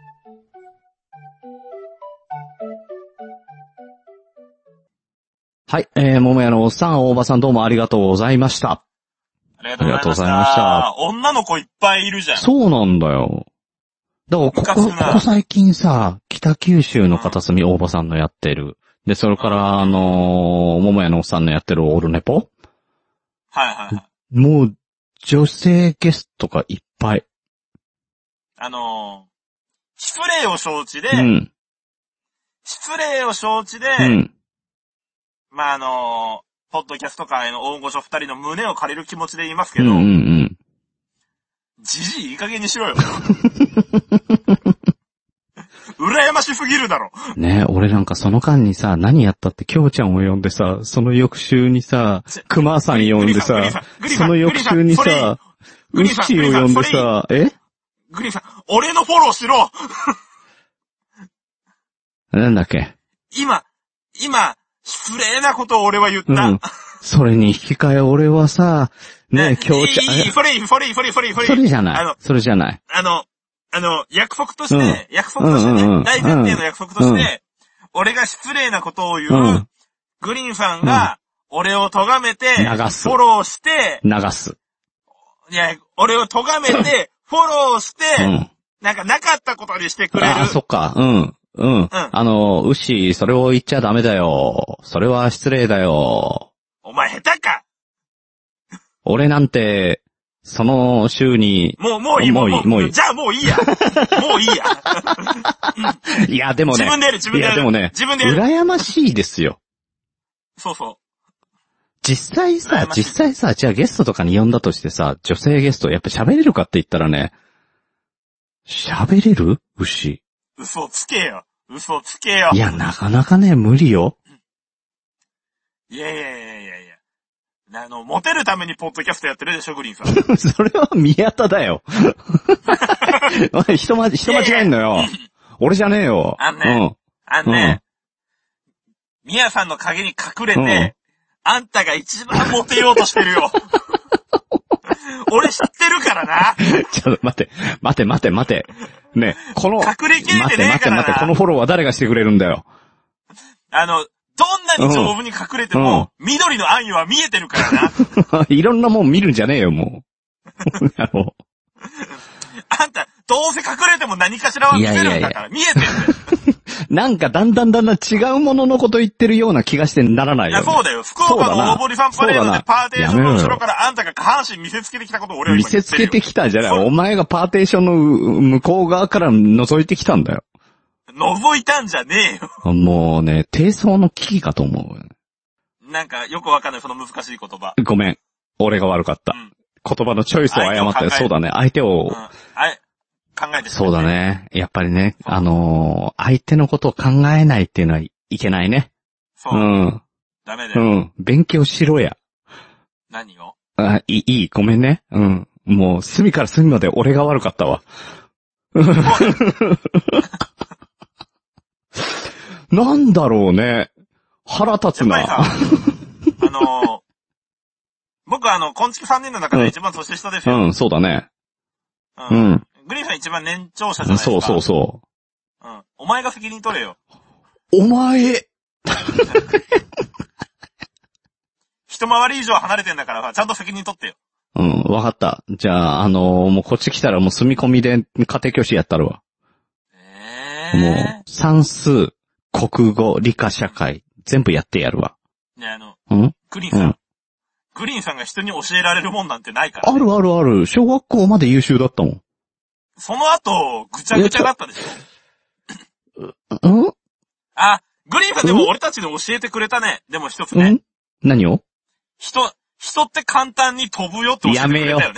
はい、えー、桃屋のおっさん、大場さんどうもありがとうございました。 ありがとうございました。女の子いっぱいいるじゃん。 そうなんだよ。だからここ、ここ最近さ、北九州の片隅大場さんのやってる。で、それから、あのー、桃屋のおっさんのやってるオールネポ？ はいはいはい。 もう、女性ゲストがいっぱい。 あのー、失礼を承知で、 うん、 失礼を承知で、 うん、 まあ、あのー、ポッドキャスト界の大御所二人の胸を借りる気持ちで言いますけど、 うんうんうんじじいいい加減にしろよ。羨ましすぎるだろ。 ねえ、俺なんかその間にさ、何やったってきょうちゃんを呼んでさ、その翌週にさ、熊さん呼んでさ、その翌週にさ、ウッシーを呼んでさ、えグリーンさん、俺のフォローしろ。 なんだっけ今、今、失礼なことを俺は言った。 うん。それに引き換え俺はさ、ねえ、今日ちゃん。 いい、それいい、それいい、それいい、それいい。 それじゃない。あの、それじゃない。 あの、あの、約束として、うん、約束としてね、うんうん、大前提の約束として、うん、俺が失礼なことを言う、うん、グリーンさんが、俺を咎めて、 流す。 フォローして、 流す。 いや、俺を咎めて、フォローして、うん、なんかなかったことにしてくれる。 あ、そっか、うん。うん。うん、あの、ウッシー、それを言っちゃダメだよ。それは失礼だよ。 お前下手か俺なんて、その週に、 もう、もういい、 もういい、もういい。 じゃあもういいや。もういいや。 いや、でもね。 自分でやる、自分でやる。 いや、でもね、 自分でやる。 羨ましいですよ。 そうそう。 実際さ、実際さ、じゃあゲストとかに呼んだとしてさ、女性ゲスト、やっぱ喋れるかって言ったらね、喋れる？牛。 嘘つけよ。嘘つけよ。 いや、なかなかね、無理よ。 いやいやいやいやいや。あの、モテるためにポッドキャストやってるでしょ、グリーンさん。 それは宮田だよ。おい、人ま、人間違えんのよ。俺じゃねえよ。 あんね。うん、あんね。うん、宮さんの影に隠れて、うん、あんたが一番モテようとしてるよ。俺知ってるからな。 ちょっと待って、待て待て待て。ね、この、 隠れきれてねえからな。 待て待て待て、このフォローは誰がしてくれるんだよ。 あの、どんなに丈夫に隠れても、うん、緑の暗喩は見えてるからな。 いろんなもん見るんじゃねえよ、もう。あのあんた、どうせ隠れても何かしらは見せるんだから、見えてるんだよ。 なんかだんだんだんだん違うもののこと言ってるような気がしてならないよ、ね。 いや、そうだよ。福岡の大堀ファンパレードでパーテーションの後ろからあんたが下半身見せつけてきたことを俺は今言ってるよ。見せつけてきたじゃない。お前がパーテーションの向こう側から覗いてきたんだよ。 覗いたんじゃねえよ。 もうね、低層の危機かと思うよね。 なんか、よくわかんない、その難しい言葉。 ごめん。俺が悪かった。うん、言葉のチョイスを誤ったよ。そうだね。相手を、うん、あれ考えて、ね、 そうだね。やっぱりね、あのー、相手のことを考えないっていうのはいけないね。 そう。うん。ダメだよ。 うん。勉強しろや。 何を？ あ、いい、いい、ごめんね。うん。もう、隅から隅まで俺が悪かったわ。なんだろうね。腹立つな。 やっぱりさ、あのー、僕はあの、今月さんねんの中で一番年下ですよ。 うん、うん、そうだね。 うん。うん、グリーンさん一番年長者じゃないですか。 そうそうそう。 うん。お前が責任取れよ。 お前一回り以上離れてんだから、ちゃんと責任取ってよ。 うん、わかった。じゃあ、あのー、もうこっち来たらもう住み込みで家庭教師やったるわ。 えー、 もう、算数、国語、理科、社会、全部やってやるわ。 ね、あの、 うん、 グリーンさん、うん。グリーンさんが人に教えられるもんなんてないから、 ね。あるあるある。小学校まで優秀だったもん。 その後、ぐちゃぐちゃだったでしょ。うんあ、グリーンさんでも俺たちに教えてくれたね。でも一つね。 うん、何を？ 人、人って簡単に飛ぶよって教えてくれたよね。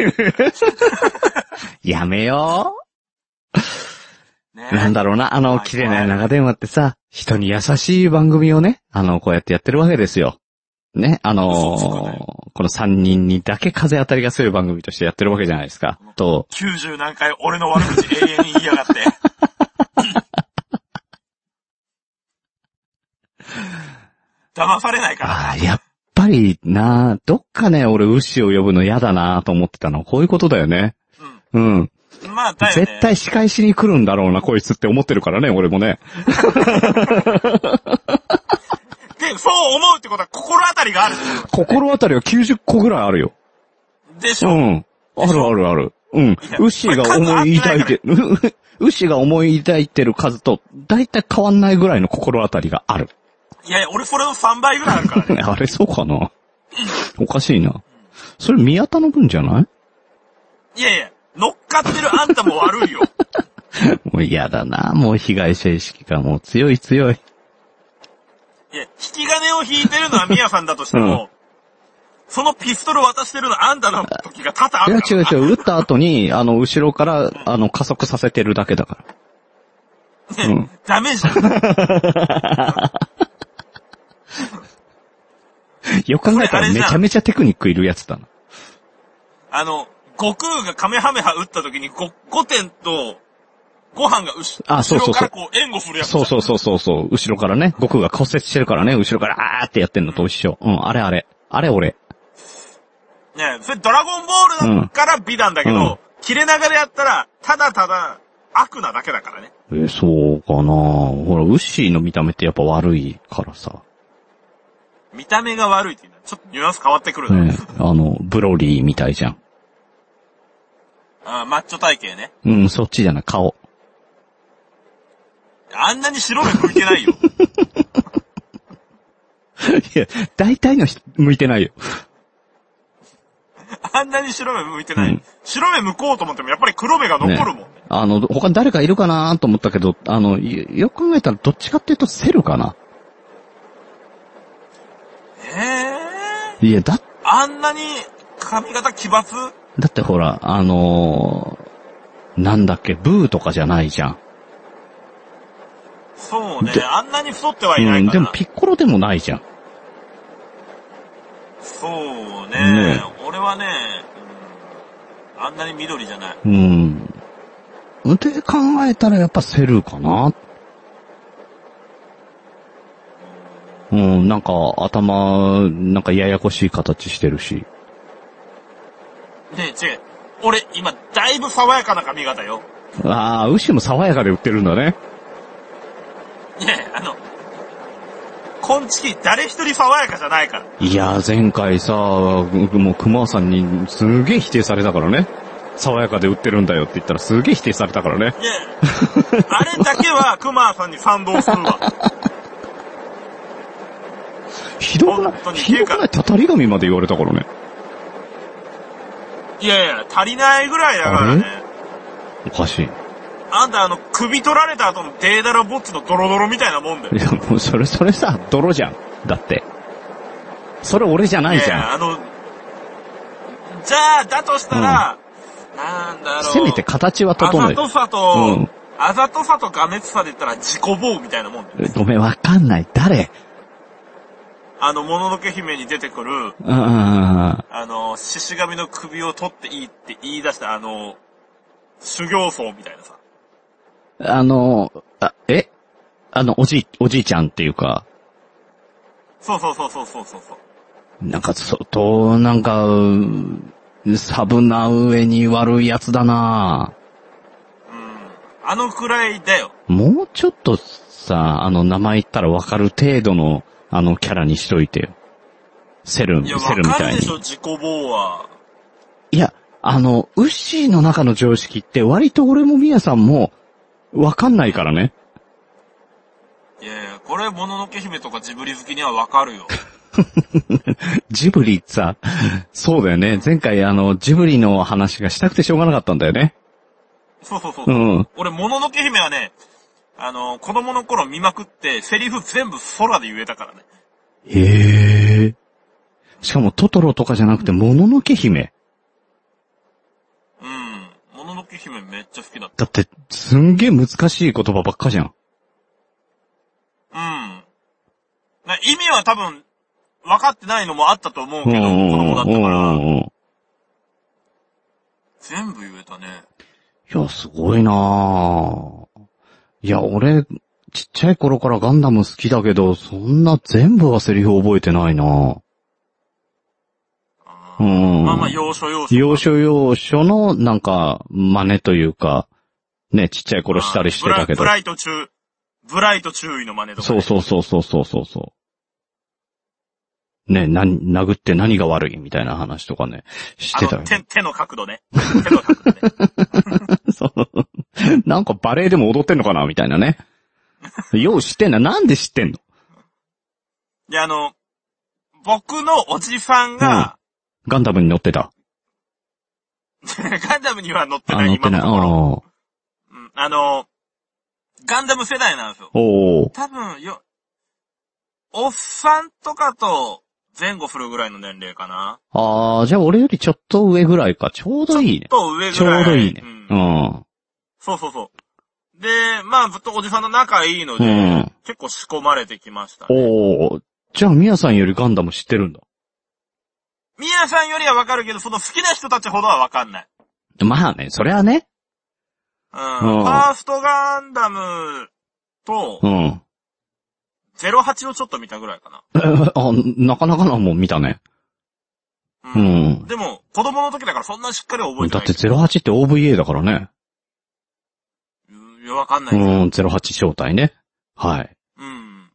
やめよ。やめよ。ね、なんだろうな、あの、綺麗な長電話ってさ、人に優しい番組をね、あの、こうやってやってるわけですよ。ね、あのー、この三人にだけ風当たりが強い番組としてやってるわけじゃないですか。と。 きゅうじゅう何回俺の悪口永遠に言いやがって。騙されないから。 ああ、やっぱりな、どっかね、俺、ウッシーを呼ぶの嫌だなと思ってたの。こういうことだよね。うん。うん。 まあ、だよね。 絶対仕返しに来るんだろうな、こいつって思ってるからね、俺もね。 で、そう思うってことは心当たりがある。 心当たりはきゅうじゅっこぐらいあるよ。 でしょ？ うん。あるあるある。うん。ウッシーが思い抱いて、ウッシーが思い抱いてる数と、だいたい変わんないぐらいの心当たりがある。 いやいや、俺それのさんばいぐらいあるからね。 あれ、そうかな。おかしいな。それ宮田の分じゃない？ いやいや、乗っかってるあんたも悪いよ。 もう嫌だな。もう被害者意識がもう強い強い。 いや、引き金を引いてるのは宮さんだとしても、うん、そのピストル渡してるのあんたの時が多々あるから。 いや違う違う、撃った後に、あの、後ろから、あの、加速させてるだけだから。 ね、うん、ダメじゃん。 よく考えたらめちゃめちゃテクニックいるやつだな。 あの、悟空がカメハメハ撃った時にご、ごてんと、ご飯が後ろ、あ、そうそうそう。後ろからこう援護振るやつ。 そうそうそうそうそう。後ろからね、悟空が骨折してるからね、後ろからあーってやってんのと一緒。うん、あれあれ。あれ俺。 ねえ、それドラゴンボールだから美談だけど、うん、切れ長でやったら、ただただ悪なだけだからね。 え、そうかな。ほら、ウッシーの見た目ってやっぱ悪いからさ。 見た目が悪いって言うのはちょっとニュアンス変わってくるね。 あの、ブロリーみたいじゃん。 あ、マッチョ体型ね。 うん、そっちじゃない、顔。 あんなに白目向いてないよ。 いや、大体の人向いてないよ。 あんなに白目向いてない。 うん白目向こうと思ってもやっぱり黒目が残るもんね。 ねあの、他に誰かいるかなと思ったけど、あの、よよく考えたらどっちかっていうとセルかな。 えー、 いや、だ、 あんなに髪型奇抜？ だってほら、あのー、なんだっけ、ブーとかじゃないじゃん。 そうねで。 あんなに太ってはいなうん、 いから。 でもピッコロでもないじゃん。 そうね。 ね俺はね、うん、あんなに緑じゃない。 うん。で考えたらやっぱセルかな。うん、なんか頭、なんかややこしい形してるし。 ねえ、違う。俺、今、だいぶ爽やかな髪型よ。 ああ、牛も爽やかで売ってるんだね。 ねえ、あの、こんちき誰一人爽やかじゃないから。 いやー、前回さ、もう熊さんにすげえ否定されたからね。爽やかで売ってるんだよって言ったらすげえ否定されたからね。 ねえ、あれだけは熊さんに賛同するわ。 ひどくない本当にひどくないたたり神まで言われたからね。 いやいや、足りないぐらいだからね。 おかしい。 あんたあの、首取られた後のデーダラボッチのドロドロみたいなもんだよ。 いや、もうそれ、それさ、泥じゃん。だって。それ俺じゃないじいやいや、 ゃあの、じゃあ、だとしたら、なんだろん。 う。 せめて形はあ整え。 ざとさと、 うんあざとさとがめつさで言ったら自己棒みたいなもんだよ。 ごめん、わかんない。誰あの、もののけ姫に出てくる、 うん。 あの、獅子神の首を取っていいって言い出したあの、修行僧みたいなさ。 あの、あ、えあの、おじい、おじいちゃんっていうか、 そうそうそうそうそうそう。 なんか、そ、と、なんか、サブな上に悪いやつだなうん。あのくらいだよ。 もうちょっとさ、あの、名前言ったらわかる程度の、あの、キャラにしといてよ。セル、 いや、 セルみたいにわかるでし。ょ、自己棒は。 いや、あの、ウッシーの中の常識って割と俺もミヤさんもわかんないからね。 いやいや、これ、もののけ姫とかジブリ好きにはわかるよ。 ジブリさ、そうだよね。前回あの、ジブリの話がしたくてしょうがなかったんだよね。 そうそうそう。 うん。 俺、もののけ姫はね、あの、子供の頃見まくって、セリフ全部空で言えたからね。 へえ。しかもトトロとかじゃなくて、もののけ姫。 うん。もののけ姫めっちゃ好きだった。 だって、すんげえ難しい言葉ばっかじゃん。 うん。な意味は多分、分かってないのもあったと思うけど、子供だったから、 うん全部言えたね。 いや、すごいなぁ。いや、俺、ちっちゃい頃からガンダム好きだけど、そんな全部はセリフ覚えてないなぁ。 あーうん。 まあまあ、要所要所。 要所要所の、なんか、真似というか、ね、ちっちゃい頃したりしてたけど。 ブラブライト注、ブライト注意の真似とか、 そうね。 そうそうそうそうそうそう。ね、な、殴って何が悪いみたいな話とかね、してたよあの手、手の角度ね。手の角度ね。 そう。なんかバレエでも踊ってんのかなみたいなね。よう知ってんな。なんで知ってんの？ で、あの、僕のおじさんが、 ガンダムに乗ってた。 ガンダムには乗ってあ、 ない、 乗ってない。 今のところ。 あうん、あの、ガンダム世代なんですよ。 おー。 多分、よ、おっさんとかと前後するぐらいの年齢かな。 あー、じゃあ俺よりちょっと上ぐらいか。ちょうどいいね。 ちょっと上ぐらい。 ちょうどいいね。 うんうん。 そうそうそう。で、まあずっとおじさんと仲いいので、 うん結構仕込まれてきました、ね。 おー。じゃあミヤさんよりガンダム知ってるんだ。 ミヤさんよりはわかるけど、その好きな人たちほどはわかんない。 まあね、それはね。 うん。 うんファーストガンダムと、 うん。 ゼロはちをちょっと見たぐらいかな。 あ、なかなかなもん見たね。 う。 うんん。 でも、子供の時だからそんなしっかり覚えてない。 だってゼロはちって オーブイエー だからね。 いや、わかんないですよ。 うん、ゼロはち正体ね。はい。 うん。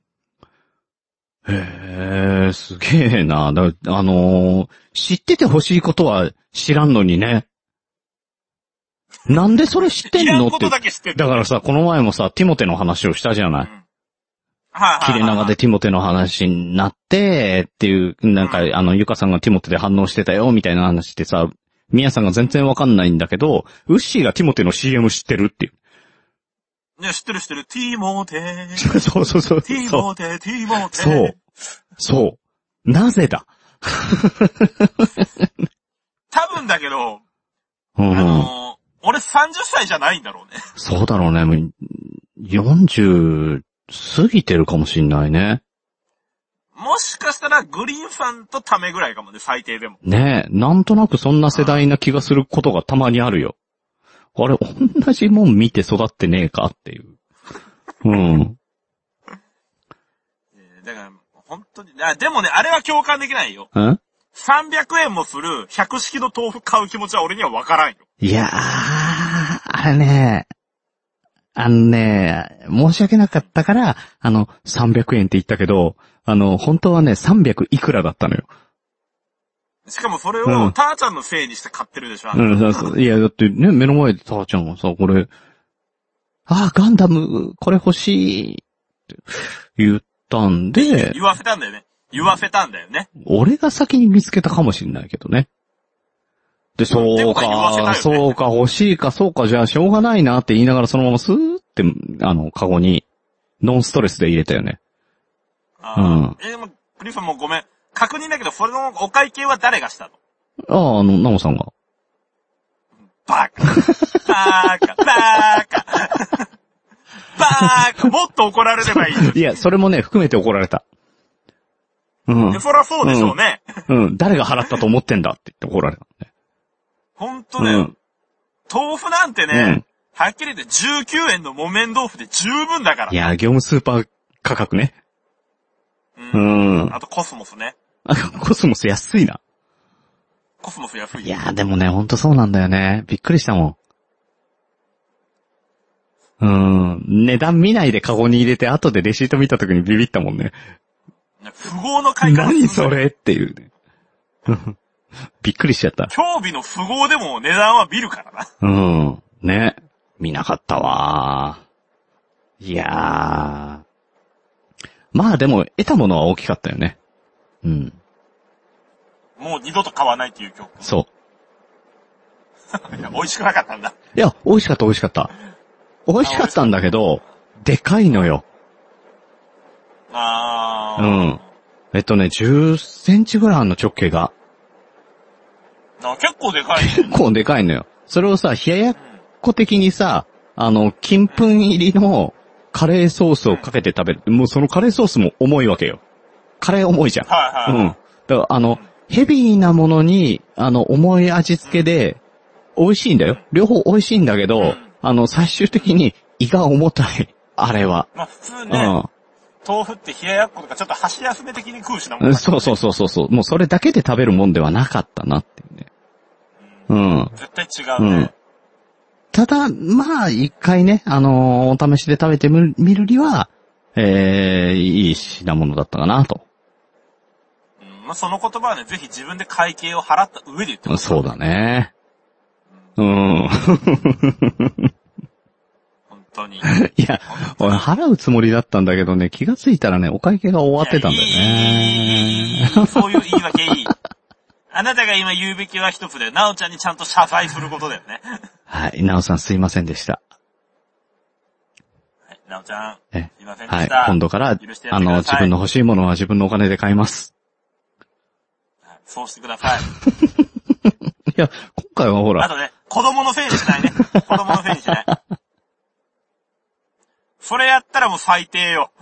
へえ、すげえな。だ、あのー、知ってて欲しいことは知らんのにね。なんでそれ知ってんのっていらんこと。だけ知ってる。 だからさ、この前もさ、ティモテの話をしたじゃない。 切れ長でティモテの話になって、っていう、なんか、あの、ゆかさんがティモテで反応してたよ、みたいな話ってさ、ミヤさんが全然わかんないんだけど、ウッシーがティモテの シーエム 知ってるっていう。 ね、知ってる知ってる。ティモテそうそうそう。 ティモテ、ティモテ。 そう。そう。なぜだ多分だけど、 うん、 あのー、俺さんじゅっさいじゃないんだろうね。 そうだろうね。よんじゅう過ぎてるかもしんないね。 もしかしたらグリーンファンとためぐらいかもね、最低でも。 ねえ、なんとなくそんな世代な気がすることがたまにあるよ。あれ、同じもん見て育ってねえかっていう。うん。 だから、本当に、あ、でもね、あれは共感できないよ。 ん ? さんびゃくえんもするひゃく式の豆腐買う気持ちは俺にはわからんよ。 いやー、あれね、あのね、申し訳なかったから、あの、さんびゃくえんって言ったけど、あの、本当はね、さんびゃくいくらだったのよ。 しかもそれを、 うん、 ターちゃんのせいにして買ってるでしょ。 うん、そうそう。いや、だってね、目の前でターちゃんがさ、これ、あ、ガンダム、これ欲しい、って言ったんで。 言わせたんだよね。言わせたんだよね。 俺が先に見つけたかもしれないけどね。で、そうか、ね、そうか、欲しいか、そうか、じゃあしょうがないなって言いながらそのままスーって、あの、カゴに、ノンストレスで入れたよね。 あうん。え、でも、プリファもごめん。確認だけど、それのお会計は誰がしたの？ ああ、あの、ナモさんが。 バカ。バカ、バカ。バカ。もっと怒られればいい。 いや、それもね、含めて怒られた。うん。 そりゃそうでしょうね、 うん。うん。誰が払ったと思ってんだって言って怒られた、ね。 ほんとだよ、うん。豆腐なんてね、うん、はっきり言ってじゅうきゅうえんの木綿豆腐で十分だから。 いや、業務スーパー価格ね。 うん。 うん。 あとコスモスね。 あ、コスモス安いな。 コスモス安い。 いや、でもね、ほんとそうなんだよね。びっくりしたもん。うん。値段見ないでカゴに入れて、後でレシート見た時にビビったもんね。 富豪の買い方。 何それっていうね。びっくりしちゃった。 興味の富豪でも値段は見るからな。 うん。ね。見なかったわ。いやー。まあでも、得たものは大きかったよね。うん。 もう二度と買わないっていう教訓。 そう。 いや、美味しくなかったんだ。 いや、美味しかった美味しかった。美味しかったんだけど、でかいのよ。 あー。 うん。えっとね、じゅっセンチぐらいあるの直径が。 あ、結構でかい、ね。 結構でかいのよ。それをさ、冷ややっこ的にさ、あの、金粉入りのカレーソースをかけて食べる。もうそのカレーソースも重いわけよ。カレー重いじゃん。 はいはい。 うん。だからあの、ヘビーなものに、あの、重い味付けで、美味しいんだよ。両方美味しいんだけど、うん、あの、最終的に胃が重たい。あれは。 まあ普通ね、うん、豆腐って冷ややっことかちょっと箸休め的に食うしなもん、 ね。そうそうそうそう。もうそれだけで食べるもんではなかったなっていうね。うん。うん、 絶対違うね。うん、 ただ、まあ、一回ね、あのー、お試しで食べてみるには、えー、いい品物だったかなと。 まあ、その言葉はね、ぜひ自分で会計を払った上で言ってほしい。 そうだね。うん。 本当に。 いや、俺払うつもりだったんだけどね、気がついたらね、お会計が終わってたんだよね。 いいそういう言い訳いい。あなたが今言うべきは一つで、なおちゃんにちゃんと謝罪することだよね。 はい、なおさんすいませんでした。 はい、なおちゃん、すいませんでした。 はい、今度から、あの、自分の欲しいものは自分のお金で買います。 そうしてください。 いや、今回はほら。 あとね、子供のせいにしないね。子供のせいにしない。それやったらもう最低よ。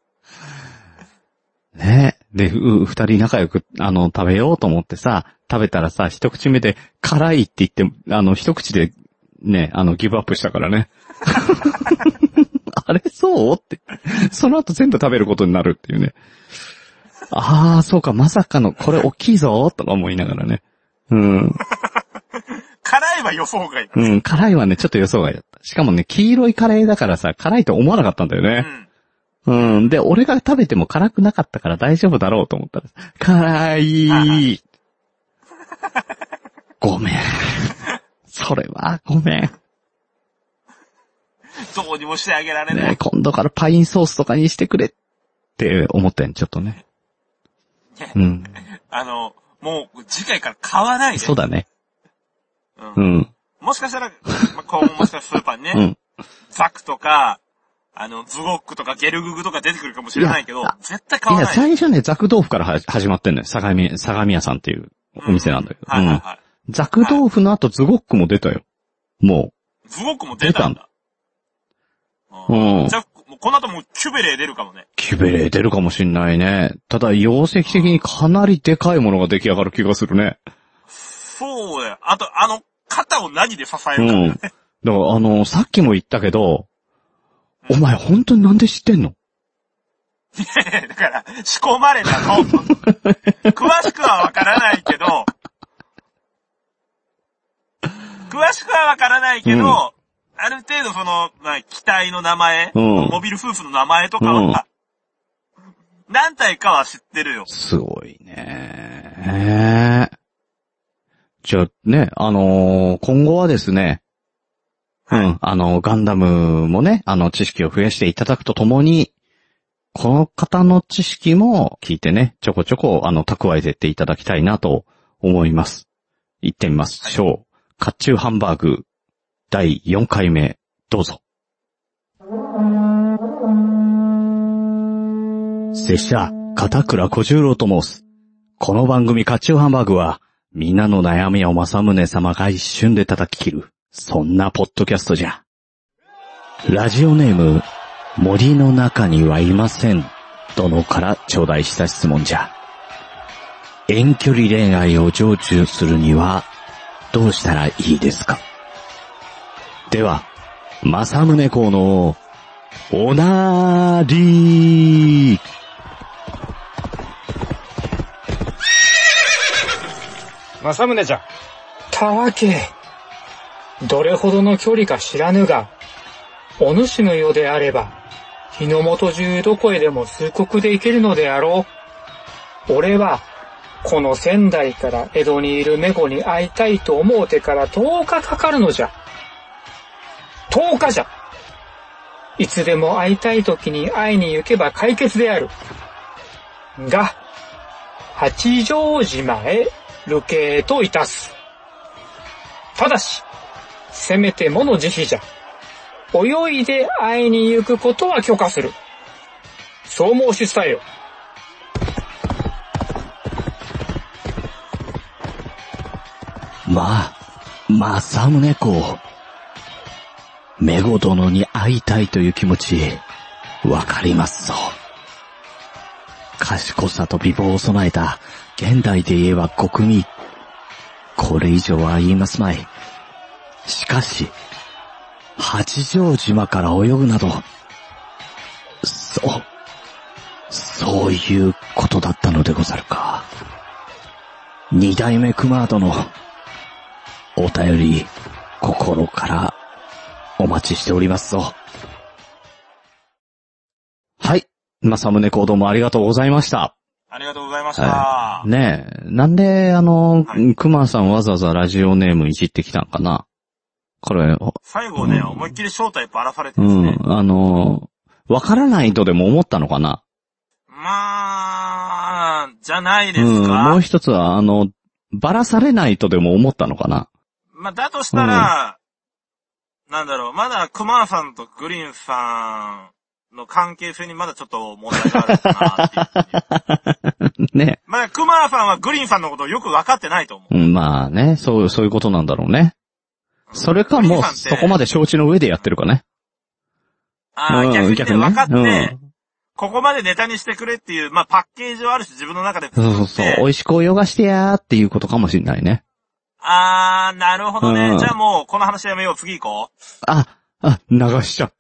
ねえ。で、う、二人仲良く、あの、食べようと思ってさ、食べたらさ、一口目で辛いって言って、あの、一口で、ね、あの、ギブアップしたからね。あれそうって。その後全部食べることになるっていうね。ああ、そうか、まさかの、これ大きいぞ、とか思いながらね。うん。 辛いは予想外だ、 ね。うん、辛いはね、ちょっと予想外だった。しかもね、黄色いカレーだからさ、辛いと思わなかったんだよね。うん。うん。で、俺が食べても辛くなかったから大丈夫だろうと思ったら、辛い。ごめん。それは、ごめん。 どうにもしてあげられない。 ね、今度からパインソースとかにしてくれ。 って思ったんちょっとね。うん。 あの、もう次回から買わないで。 そうだね。 うん。 うん。 もしかしたら、まあ、今後もしかしたらスーパーにね、うん、ザクとか、あの、ズゴックとかゲルググとか出てくるかもしれないけど、絶対買わない。 いや、最初ね、ザク豆腐から始まってんのよ。相模、相模屋さんっていうお店なんだけど。うん、はいはいはい。うん、ザク豆腐の後、ズゴックも出たよ。もう。ズゴックも出たんだ。 うん。 じゃあ、この後もうキュベレー出るかもね。 キュベレー出るかもしんないね。ただ、容積的にかなりでかいものが出来上がる気がするね。 そうだよ。あと、あの、肩を何で支えるかだよね。うん。だから、あの、さっきも言ったけど、お前本当になんで知ってんの？ いやいや、だから、仕込まれたの。詳しくはわからないけど、詳しくはわからないけど、うん、ある程度その、まあ、機体の名前、うん、モビル夫婦の名前とかは、うん、何体かは知ってるよ。 すごいね。じゃあね、あのー、今後はですね、うん。あの、ガンダムもね、あの、知識を増やしていただくとともに、この方の知識も聞いてね、ちょこちょこ、あの、蓄えてっていただきたいなと思います。行ってみましょう。はい、甲冑ハンバーグ、だいよんかいめ、どうぞ。拙者、片倉小十郎と申す。この番組甲冑ハンバーグは、みんなの悩みを正宗様が一瞬で叩き切る。そんなポッドキャストじゃ。ラジオネーム、森の中にはいません。殿から頂戴した質問じゃ。遠距離恋愛を成就するには、どうしたらいいですか？では、正宗公の、おなーりー。 正宗じゃ。たわけ。どれほどの距離か知らぬが、お主のようであれば、日の本中どこへでも数刻で行けるのであろう。俺は、この仙台から江戸にいる猫に会いたいと思うてからとおかかかるのじゃ。とおかじゃ。いつでも会いたい時に会いに行けば解決である。が、八丈島へ流刑といたす。ただし、せめてもの慈悲じゃ。泳いで会いに行くことは許可する。そう申し伝えよ。 まあ、正宗公。めご殿に会いたいという気持ち、わかりますぞ。賢さと美貌を備えた、現代で言えば国民。これ以上は言いますまい。しかし、八丈島から泳ぐなど、そう、そういうことだったのでござるか。二代目熊殿、お便り、心からお待ちしておりますぞ。はい。正宗公どうもありがとうございました。 ありがとうございました。 えー、ねえ、なんで、あの、はい、熊さんわざわざラジオネームいじってきたんかな？これ、 最後ね、うん、思いっきり正体ばらされてるんですね。 うん、あの、わからないとでも思ったのかな？ まあ、じゃないですか。 うん、もう一つは、あの、ばらされないとでも思ったのかな？ まあ、だとしたら、うん、なんだろう、まだ熊さんとグリーンさんの関係性にまだちょっと問題があるかなっていう。ね。まあ、熊さんはグリーンさんのことをよくわかってないと思う。 うん、まあね、そう、そういうことなんだろうね。それかもうそこまで承知の上でやってるかね。 ああ、うん、逆にね、分かって、うん、ここまでネタにしてくれっていう、まあパッケージはあるし自分の中で作って。 そうそうそう、美味しく泳がしてやーっていうことかもしれないね。 あー、なるほどね。うん、じゃあもうこの話やめよう、次行こう。 あ、あ、流しちゃった。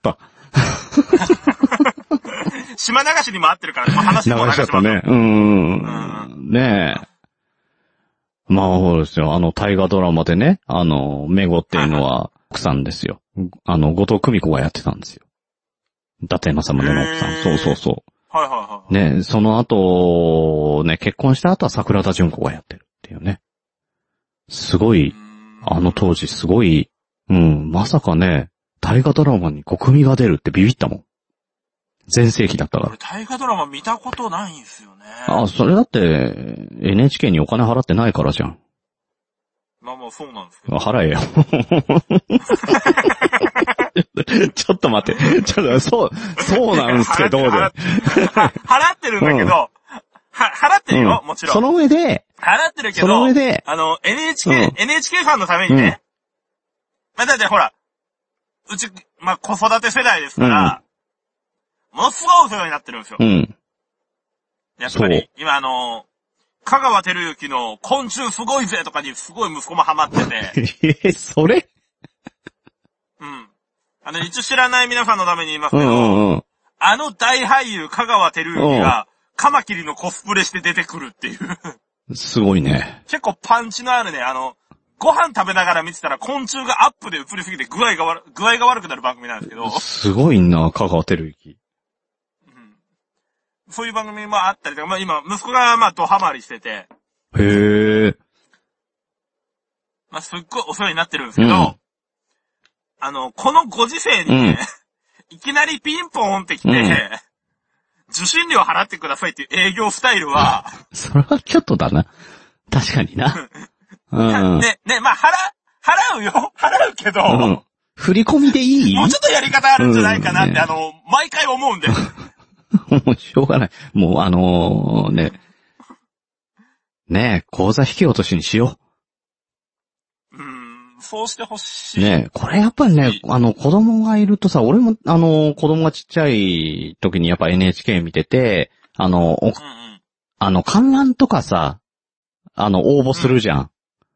島流しにも合ってるから、まあ、話も流しちゃったね。うーん。うん、ねえ。まあ、そうですよ。あの、大河ドラマでね、あの、メゴっていうのは奥さんですよ。あの、後藤久美子がやってたんですよ。伊達政宗の奥さん。そうそうそう。 はいはいはい。 ね、その後、ね、結婚した後は桜田淳子がやってるっていうね。すごい、あの当時すごい、うん、まさかね、大河ドラマに国民が出るってビビったもん。 全盛期だったから俺。大河ドラマ見たことないんですよね。 あ、それだって、エヌエイチケー にお金払ってないからじゃん。 まあまあそうなんですけど。 払えよ。ちょっと待って。ちょっと、そう、そうなんですけど、で。 払って払ってるんだけど、うん、は、払ってるよ、うん、もちろん。 その上で、 払ってるけど、 その上で、 あの、エヌエイチケー、うん、エヌエイチケー ファンのためにね、うん、まあだってほら、うち、まあ子育て世代ですから、うん、ものすごいお世話になってるんですよ。うん。やっぱり、今あの、香川照之の昆虫すごいぜとかにすごい息子もハマってて。 え、それうん。あの、一応知らない皆さんのために言いますけど、うんうんうん、あの大俳優香川照之が、カマキリのコスプレして出てくるっていう。 すごいね。 結構パンチのあるね、あの、ご飯食べながら見てたら昆虫がアップで映りすぎて具合が悪、具合が悪くなる番組なんですけど。 すごいな、香川照之。 うん。そういう番組もあったりとか、まあ今、息子がまあドハマりしてて。 へー。 まあすっごいお世話になってるんですけど、うん、あの、このご時世にね、うん、いきなりピンポンってきて、うん、受信料払ってくださいっていう営業スタイルは、 それはちょっとだな。確かにな。 うん、ね、ね、まあ払、払うよ。払うけど、うん、 振り込みでいい？ もうちょっとやり方あるんじゃないかなって、うんね、あの、毎回思うんで。 もうしょうがない。もうあのー、ね、ねえ、口座引き落としにしよう。うーん、そうしてほしい。 ねえ、これやっぱりね、あの、子供がいるとさ、俺も、あの、子供がちっちゃい時にやっぱ エヌエイチケー 見てて、あの、うんうん、あの、観覧とかさ、あの、応募するじゃん。うん、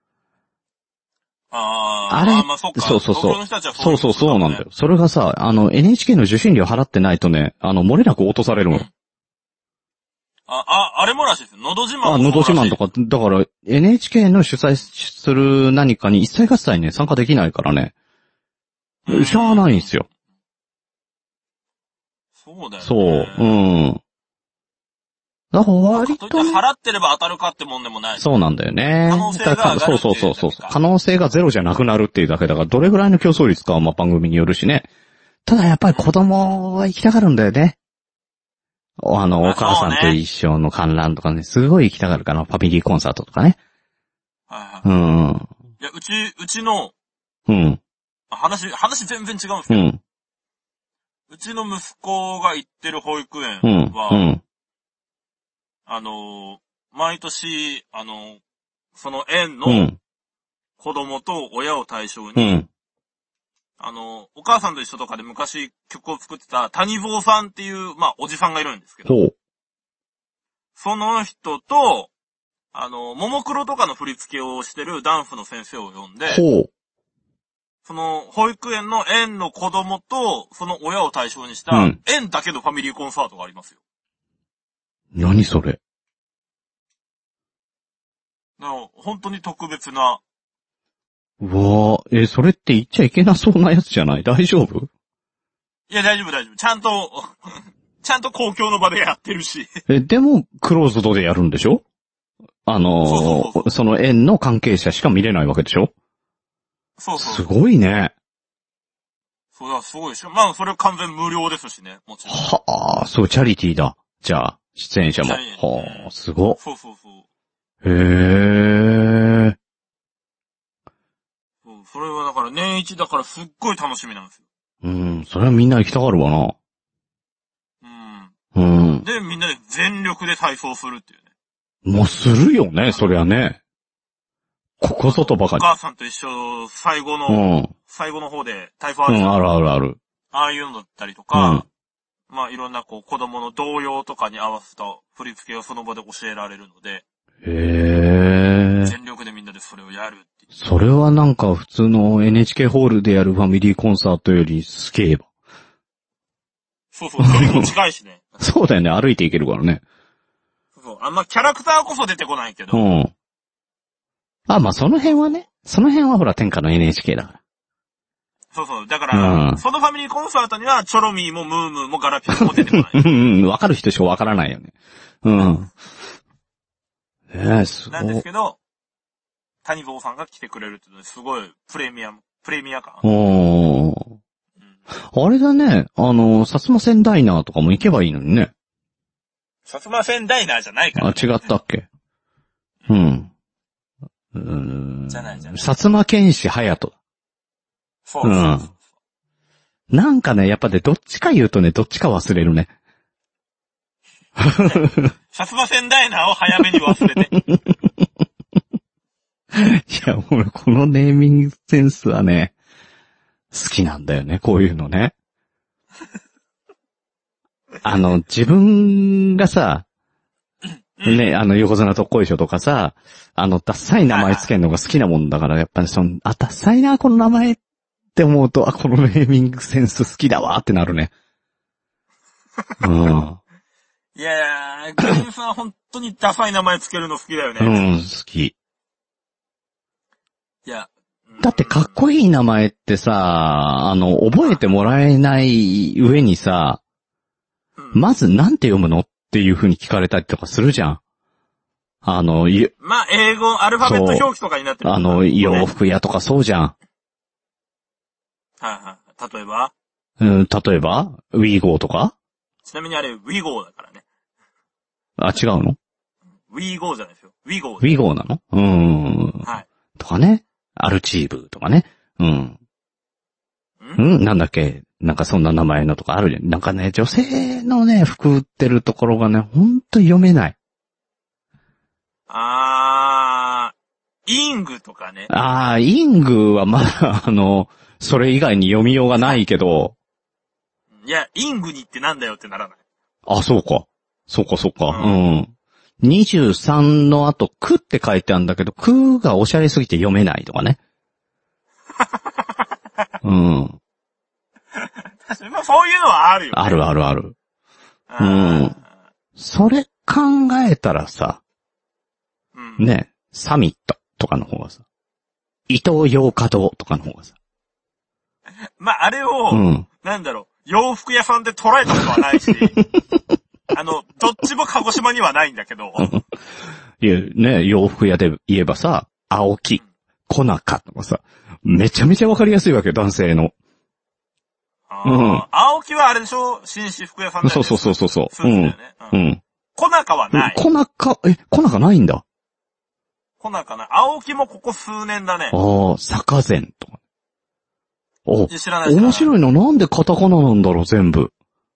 ああれ、 あ、まあ、そっか。 そうそうそう。 そうそうそうそうなんだよ。それがさ、あの、エヌエイチケー の受信料払ってないとね、あの、漏れなく落とされるの。うん、 あ、あ、あれもらしいです。のど自慢もあ、のど自慢とか、だから、エヌエイチケー の主催する何かに一切合切ね、参加できないからね。しゃあないんすよ。 そうだよね。 そう、うん。だから割と、ね、 払ってれば当たるかってもんでもない。 そうなんだよね。 可能性が上がるっていう。 そうそうそうそう。可能性がゼロじゃなくなるっていうだけだから、どれぐらいの競争率かはまあ番組によるしね。ただやっぱり子供は行きたがるんだよね。あの、お母さんと一緒の観覧とかね、すごい行きたがるから、ファミリーコンサートとかね。 はいはい。うん。いや、うち、うちの、 うん。 話、話全然違うんですけど、うん。うちの息子が行ってる保育園は、うん。うん、あの、毎年、あの、その園の子供と親を対象に、うん、あの、お母さんと一緒とかで昔曲を作ってた谷蔵さんっていう、まあ、おじさんがいるんですけど、その人と、あの、ももクロとかの振り付けをしてるダンスの先生を呼んで、その、保育園の園の子供と、その親を対象にした、園だけのファミリーコンサートがありますよ。 何それ？ 本当に特別な。 うわぁ、え、それって言っちゃいけなそうなやつじゃない？大丈夫？ いや、大丈夫大丈夫。ちゃんと、ちゃんと公共の場でやってるし。 え、でも、クローズドでやるんでしょ？あのー、そうそうそうそう、その園の関係者しか見れないわけでしょ？ そうそう。 すごいね。 そうだ、すごいでしょ。まあ、それは完全無料ですしね、もちろん。 はぁ、そう、チャリティーだ。じゃあ、出演者も。はぁ、すご。 そうそうそう。 へー。 そう、それはだから年一だからすっごい楽しみなんですよ。 うん、それはみんな行きたがるわな。うん。うん。 で、みんなで全力で体操するっていうね。もうするよね、そりゃね。ここぞとばかり。 お母さんと一緒、最後の、うん、最後の方で体操あるじゃん。 うん、あるあるある。 ああいうのだったりとか、うん、まあいろんなこう子供の童謡とかに合わせた振り付けをその場で教えられるので、 へー。 全力でみんなでそれをやるっていう。 それはなんか普通の エヌエイチケー ホールでやるファミリーコンサートよりすげえば。 そうそう、距離も近いしね。 そうだよね、歩いていけるからね。 そうそう、あんまキャラクターこそ出てこないけど。 うん。あ、まあその辺はね、その辺はほら天下の エヌエイチケー だから。 そうそう、だから、うん、そのファミリーコンサートにはチョロミーもムームーもガラピコも出てこない。 うん、わかる人しかわからないよね。うん。えー、すごい。 なんですけど、谷蔵さんが来てくれるっていうのですごいプレミアム、プレミア感。 おー。 あれだね、あの、薩摩川ダイナーとかも行けばいいのにね。 薩摩川ダイナーじゃないから、 ね。あ、違ったっけ？うん。うーん。 じゃないじゃない。 薩摩剣士隼人。 そうそうそう。うん。 なんかね、やっぱね、どっちか言うとね、どっちか忘れるね。 薩摩川ダイナーを早めに忘れて。 いや、俺、このネーミングセンスはね、好きなんだよね、こういうのね。あの、自分がさ、ね、あの、横綱とっこいしょとかさ、あの、ダッサい名前つけるのが好きなもんだから、やっぱりその、あ、ダッサいな、この名前って思うと、あ、このネーミングセンス好きだわってなるね。うん。 いやー、グリーンさん本当にダサい名前つけるの好きだよね。 うん、好き。 いや。 だってかっこいい名前ってさ、あの、覚えてもらえない上にさ、うん、まずなんて読むのっていう風に聞かれたりとかするじゃん。あの、 まあ、英語、アルファベット表記とかになってる、ね。 あの、洋服屋とかそうじゃん。 はいはい。例えばうん、例えばウィーゴーとかちなみにあれ、ウィゴーだからね。 あ、違うのウィーゴーじゃないですよ。ウィゴー。 ウィゴーなのうーん。 はい。 とかね。アルチーブとかね。うん。んうんなんだっけなんかそんな名前のとかあるじゃん。なんかね、女性のね、服売ってるところがね、ほんと読めない。 あー、イングとかね。 あー、イングはまだ、あの、それ以外に読みようがないけど。 いや、イングにってなんだよってならない。 あ、そうか。そうか、そうか。うん。うんにじゅうさんの後、くって書いてあるんだけど、くがおしゃれすぎて読めないとかね。うん。 まあそういうのはあるよ、ね。 あるあるある。うん。それ考えたらさ、うん、ね、サミットとかの方がさ、伊東洋華堂とかの方がさ。 まああれを、うん、なんだろう、洋服屋さんで捉えたことはないし、あの、どっちも鹿児島にはないんだけど。 いや、ね、洋服屋で言えばさ、青木、コナカとかさ、めちゃめちゃわかりやすいわけよ、男性の。 あうん、青木はあれでしょ紳士服屋さんだよね。 そうそうそうそうそう。そうだよね。 うん。うん。コナカはない。 コナカ、え、コナカないんだ。 コナカない。青木もここ数年だね。 ああ、坂前とか。お、 知らない。 面白いの、なんでカタカナなんだろう、全部。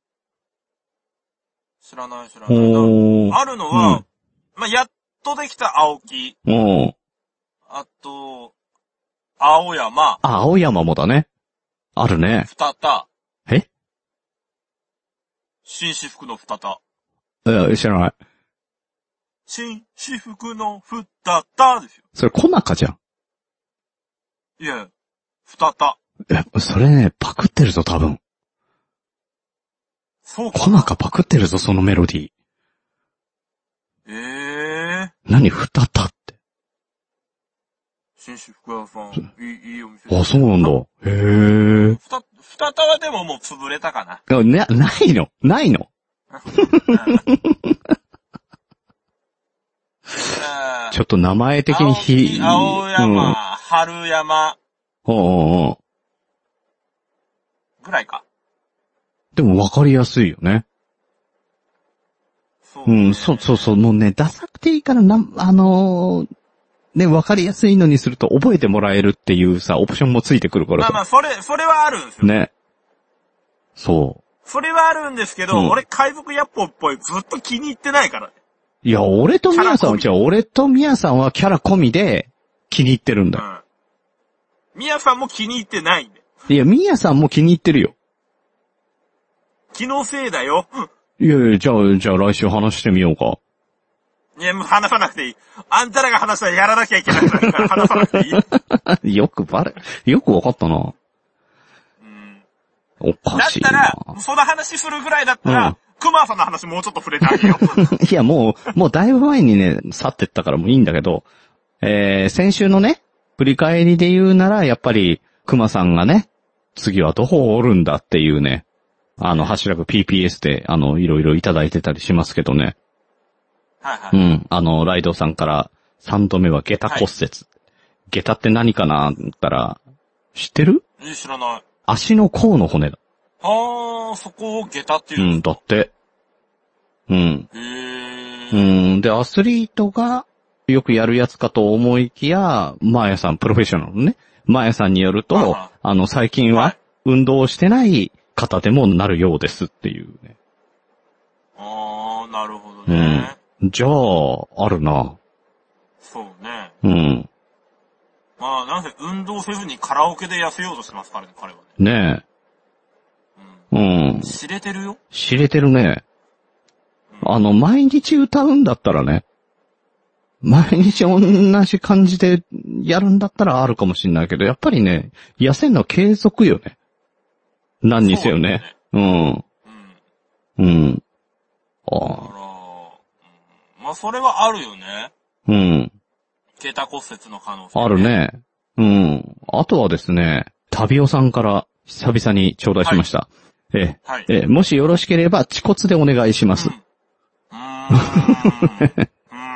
知らない知らない。あるのは、うん、まあ、やっとできた青木。あと、青山。 あ、青山もだね。あるね。 二田。 え紳士服の二田。 え、知らない。 紳士服の二田ですよ。 それコナカじゃん。 いや、二田。 え、それね、パクってるぞ、多分。 そうか。 コナカパクってるぞ、そのメロディー。 ええー。 何、ふたたって。 紳士服屋さん、いい、いいお店。 あ、そうなんだ。へえ。 ふた、ふたたはでももう潰れたかな。 な、ないのないのちょっと名前的にひ、 青山、うん、春山。 おうおうおう。 ぐらいか。 でも分かりやすいよね。 そうね。 うん、そうそうそう、もうね、ダサくていいからな、あのー、ね、分かりやすいのにすると覚えてもらえるっていうさ、オプションもついてくるからさ。 まあまあ、それ、それはあるんですよ。 ね。そう。 それはあるんですけど、うん、俺海賊ヤッポっぽいずっと気に入ってないからね。 いや、俺とミヤさんは、じゃあ俺とミヤさんはキャラ込みで気に入ってるんだよ。 うん。ミヤさんも気に入ってないんで。 いや、ミヤさんも気に入ってるよ。 気のせいだよ。 いやいや、じゃあ、じゃあ来週話してみようか。 いや、もう話さなくていい。あんたらが話したらやらなきゃいけないから話さなくていい。 よくバレ、よくわかったな。うん。おかしいな。 だったら、その話するぐらいだったら、うん、クマさんの話もうちょっと触れてあげよう。 いや、もう、もうだいぶ前にね、去ってったからもういいんだけど、えー、先週のね、振り返りで言うなら、やっぱり、クマさんがね、次はどこを折るんだっていうね、あの、ハッシュタグ ピーピーエス で、あの、いろいろいただいてたりしますけどね。 はいはい。 うん。あの、ライドさんから三度目は下駄骨折。はい、下駄って何かなって言ったら、知ってる？ 知らない。 足の甲の骨だ。 あー、そこを下駄っていううん、だって。うん。 へー。 うん。で、アスリートがよくやるやつかと思いきや、マーヤさん、プロフェッショナルのね、マーヤさんによると、 ああの、最近は運動をしてない方でもなるようですっていうね。 あー、なるほどね。 うん。じゃあ、あるな。 そうね。 うん。 まあ、なんせ運動せずにカラオケで痩せようとしてますからね、彼はねね。 え。 うん。 うん。 知れてるよ。 知れてるね。 うん、 あの、毎日歌うんだったらね、毎日同じ感じでやるんだったらあるかもしれないけど、やっぱりね、痩せんのは継続よね。何にせよね。うねうん。うん。ああ。 だから、うん、まあ、それはあるよね。 うん。 下駄骨折の可能性、ね。 あるね。うん。あとはですね、タビオさんから久々に頂戴しました。はい、え、はい、え、もしよろしければ、恥骨でお願いします。うん。うーん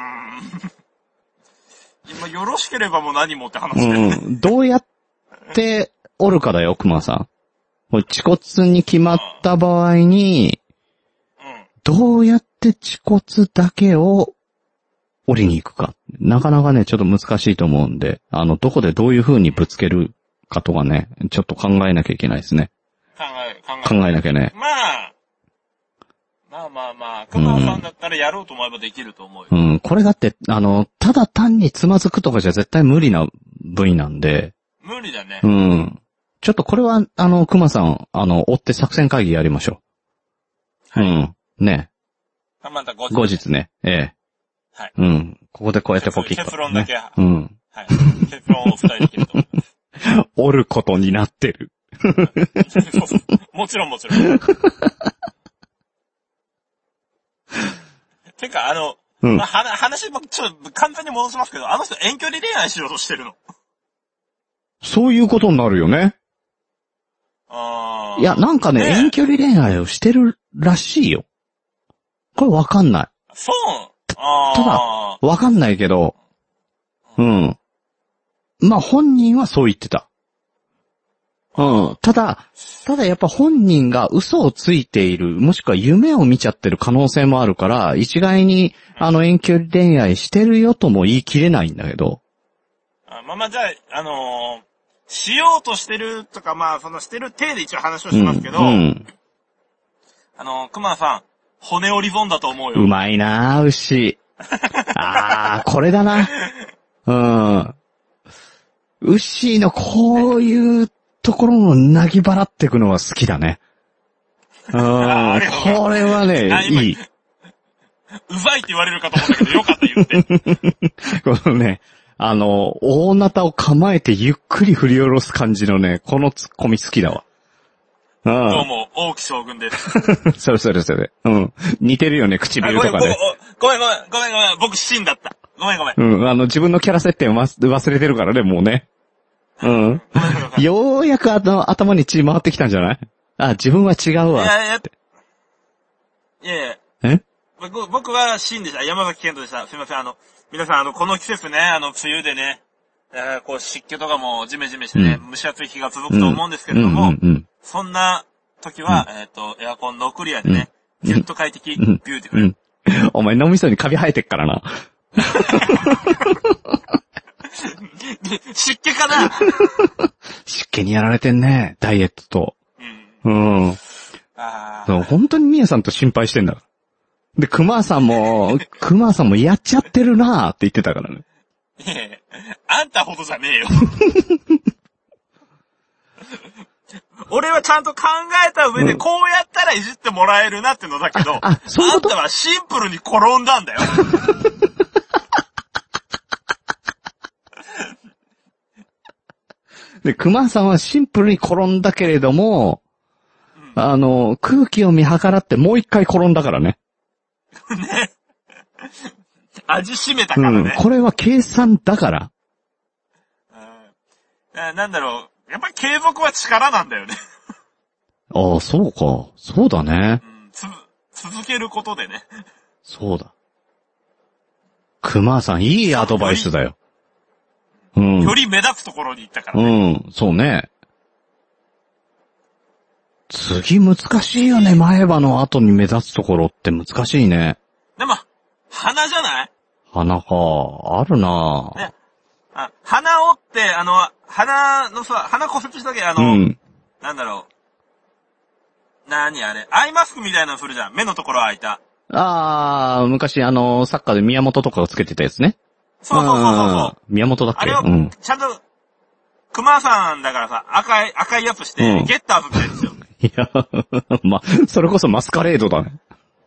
今、よろしければもう何もって話だよね。 うん。どうやって折るかだよ、熊さん。恥骨に決まった場合に、うん、どうやって恥骨だけを折りに行くか。なかなかね、ちょっと難しいと思うんで、あの、どこでどういう風にぶつけるかとかね、ちょっと考えなきゃいけないですね。 考え、考え。考えなきゃね。 まあ、まあまあまあ、熊さんだったらやろうと思えばできると思うよ。 うん、これだって、あの、ただ単につまずくとかじゃ絶対無理な部位なんで。 無理だね。 うん。ちょっとこれは、あの、熊さん、あの、追って作戦会議やりましょう。はい、うん。ね。 また後日、ね。 後日ね。ええ。 はい。 うん。ここでこうやってポキッと、ね。 結論だけ。 うん。 はい。結論をお伝えできると思います。 折ることになってる。 そうそう。もちろんもちろん。てか、あの、うん、まあ、話、僕ちょっと簡単に戻しますけど、あの人遠距離恋愛しようとしてるの。 そういうことになるよね。 あー。 いや、なんかね、ね、遠距離恋愛をしてるらしいよ。これわかんない。 そうあただ、わかんないけど、うん。まあ、本人はそう言ってた。うん。ただ、ただやっぱ本人が嘘をついている、もしくは夢を見ちゃってる可能性もあるから、一概に、あの、遠距離恋愛してるよとも言い切れないんだけど。 あまあまあ、じゃあ、あのー、しようとしてるとか、まあ、そのしてる体で一応話をしますけど、うん。うん、あのー、熊さん、骨折り損だと思うよ。 うまいなぁ、牛。あー、これだな。うん。牛のこういうところのなぎ払っていくのは好きだね。うん。これはね、いい。 うざいって言われるかと思ったけど、よかった言って。 このね、あの、大ナタを構えてゆっくり振り下ろす感じのね、このツッコミ好きだわ。 うん、どうも、大木将軍です。 それそれそれ。うん。似てるよね、唇とかで。 ごめんごめん、ごめんごめん、僕シンだった。ごめんごめん。 うん、あの、自分のキャラ設定忘れてるからね、もうね。うん。ようやくあの、頭に血回ってきたんじゃない？あ、自分は違うわ。いやいや、いやいや。 え？ 僕、僕はシンでした。山崎健人でした。すいません、あの、皆さん、あの、この季節ね、あの、梅雨でね、えー、こう、湿気とかもジメジメしてね、うん、蒸し暑い日が続くと思うんですけれども、うんうんうんうん、そんな時は、うん、えっ、ー、と、エアコンノークリアでね、ず、うん、っと快適、うん、ビューティフル、うんうん。お前脳みそにカビ生えてっからな。 湿気かな湿気にやられてんね、ダイエットと。うん。うん。あそう本当にミヤさんと心配してんだ。で、熊さんも、熊さんもやっちゃってるなーって言ってたからね。 いえ、あんたほどじゃねえよ。俺はちゃんと考えた上でこうやったらいじってもらえるなってのだけど、うん、あ, あ, そういうことあんたはシンプルに転んだんだよ。 で、熊さんはシンプルに転んだけれども、うん、あの、空気を見計らってもう一回転んだからね。 ね。味しめたからね、 うん。これは計算だから。 うん、なんだろう。やっぱり継続は力なんだよね。 ああ、そうか。そうだね、 うん、つ。続けることでね。 そうだ。熊さん、いいアドバイスだよ。 うん。より目立つところに行ったからね。うん、そうね。 次難しいよね。前歯の後に目立つところって難しいね。 でも、鼻じゃない？ 鼻か。あるなぁ。 ね。あ、鼻折って、あの、鼻のさ、鼻骨折した時、あの、 うん。 なんだろう。なにあれ。アイマスクみたいなのするじゃん。目のところ開いた。 あー、昔あの、サッカーで宮本とかがつけてたやつね。 そうそうそうそう。 宮本だっけ？ あれを、 うん。 ちゃんと、熊さんだからさ、赤い、赤いやつして、 うん、 ゲッターズって言うんですよ。 いや、ま、それこそマスカレードだね。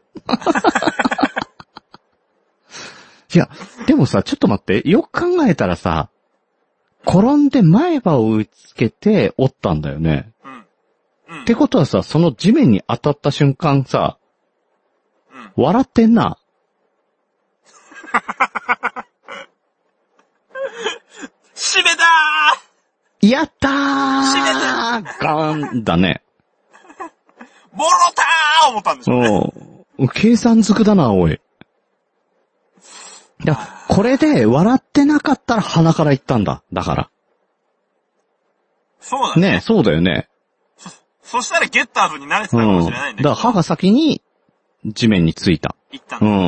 いや、でもさ、ちょっと待って、よく考えたらさ、転んで前歯を打ちつけて折ったんだよね。 うん。うん。 ってことはさ、その地面に当たった瞬間さ、うん、笑ってんな。 締めたーやったー締めたガーンだね。 ボロター思ったんでしょうね。 お計算づくだな、おい。だこれで笑ってなかったら鼻から行ったんだ。だから。 そうだね。 ね、そうだよね。 そ、そしたらゲッターズに慣れてたかもしれないんだけど。 うん、だから歯が先に地面についた。 行ったんだ。 うん。うん。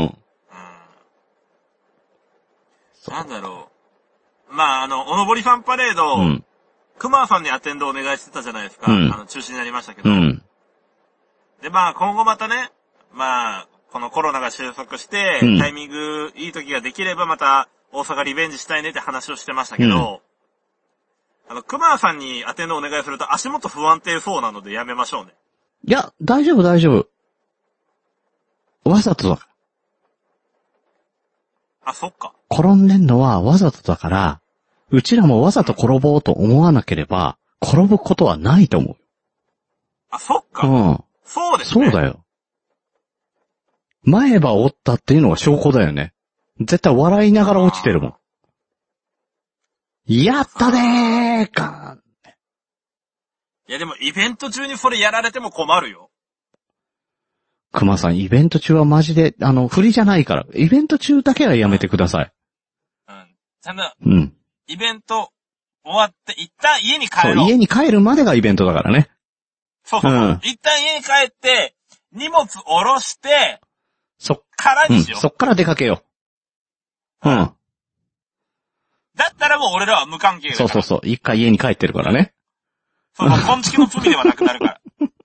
なんだろう。まあ、あの、おのぼりファンパレード、うん、熊さんにアテンドお願いしてたじゃないですか。うん、あの、中止になりましたけど。うん。で、まあ、今後またね、まあ、このコロナが収束して、うん、タイミングいい時ができればまた大阪リベンジしたいねって話をしてましたけど、うん、あの、熊さんにアテンドお願いすると足元不安定そうなのでやめましょうね。 いや、大丈夫大丈夫。わざとだ。 あ、そっか。 転んでんのはわざとだから、うちらもわざと転ぼうと思わなければ、転ぶことはないと思う。 あ、そっか。 うん。 そうですね。 そうだよ。前歯折ったっていうのが証拠だよね。絶対笑いながら落ちてるもん。やったねーかー。 いやでもイベント中にそれやられても困るよ。 熊さん、イベント中はマジで、あの、振りじゃないから、イベント中だけはやめてください。 うん。ちゃんと、 うん。 イベント終わって一旦家に帰ろう。 そう、家に帰るまでがイベントだからね。 そうそうそう。うん、一旦家に帰って、荷物下ろして、 そっからにしよう、 うん。そっから出かけよう。うん。 だったらもう俺らは無関係だから。 そうそうそう。一回家に帰ってるからね。 そうそう、昆虫の罪ではなくなるから。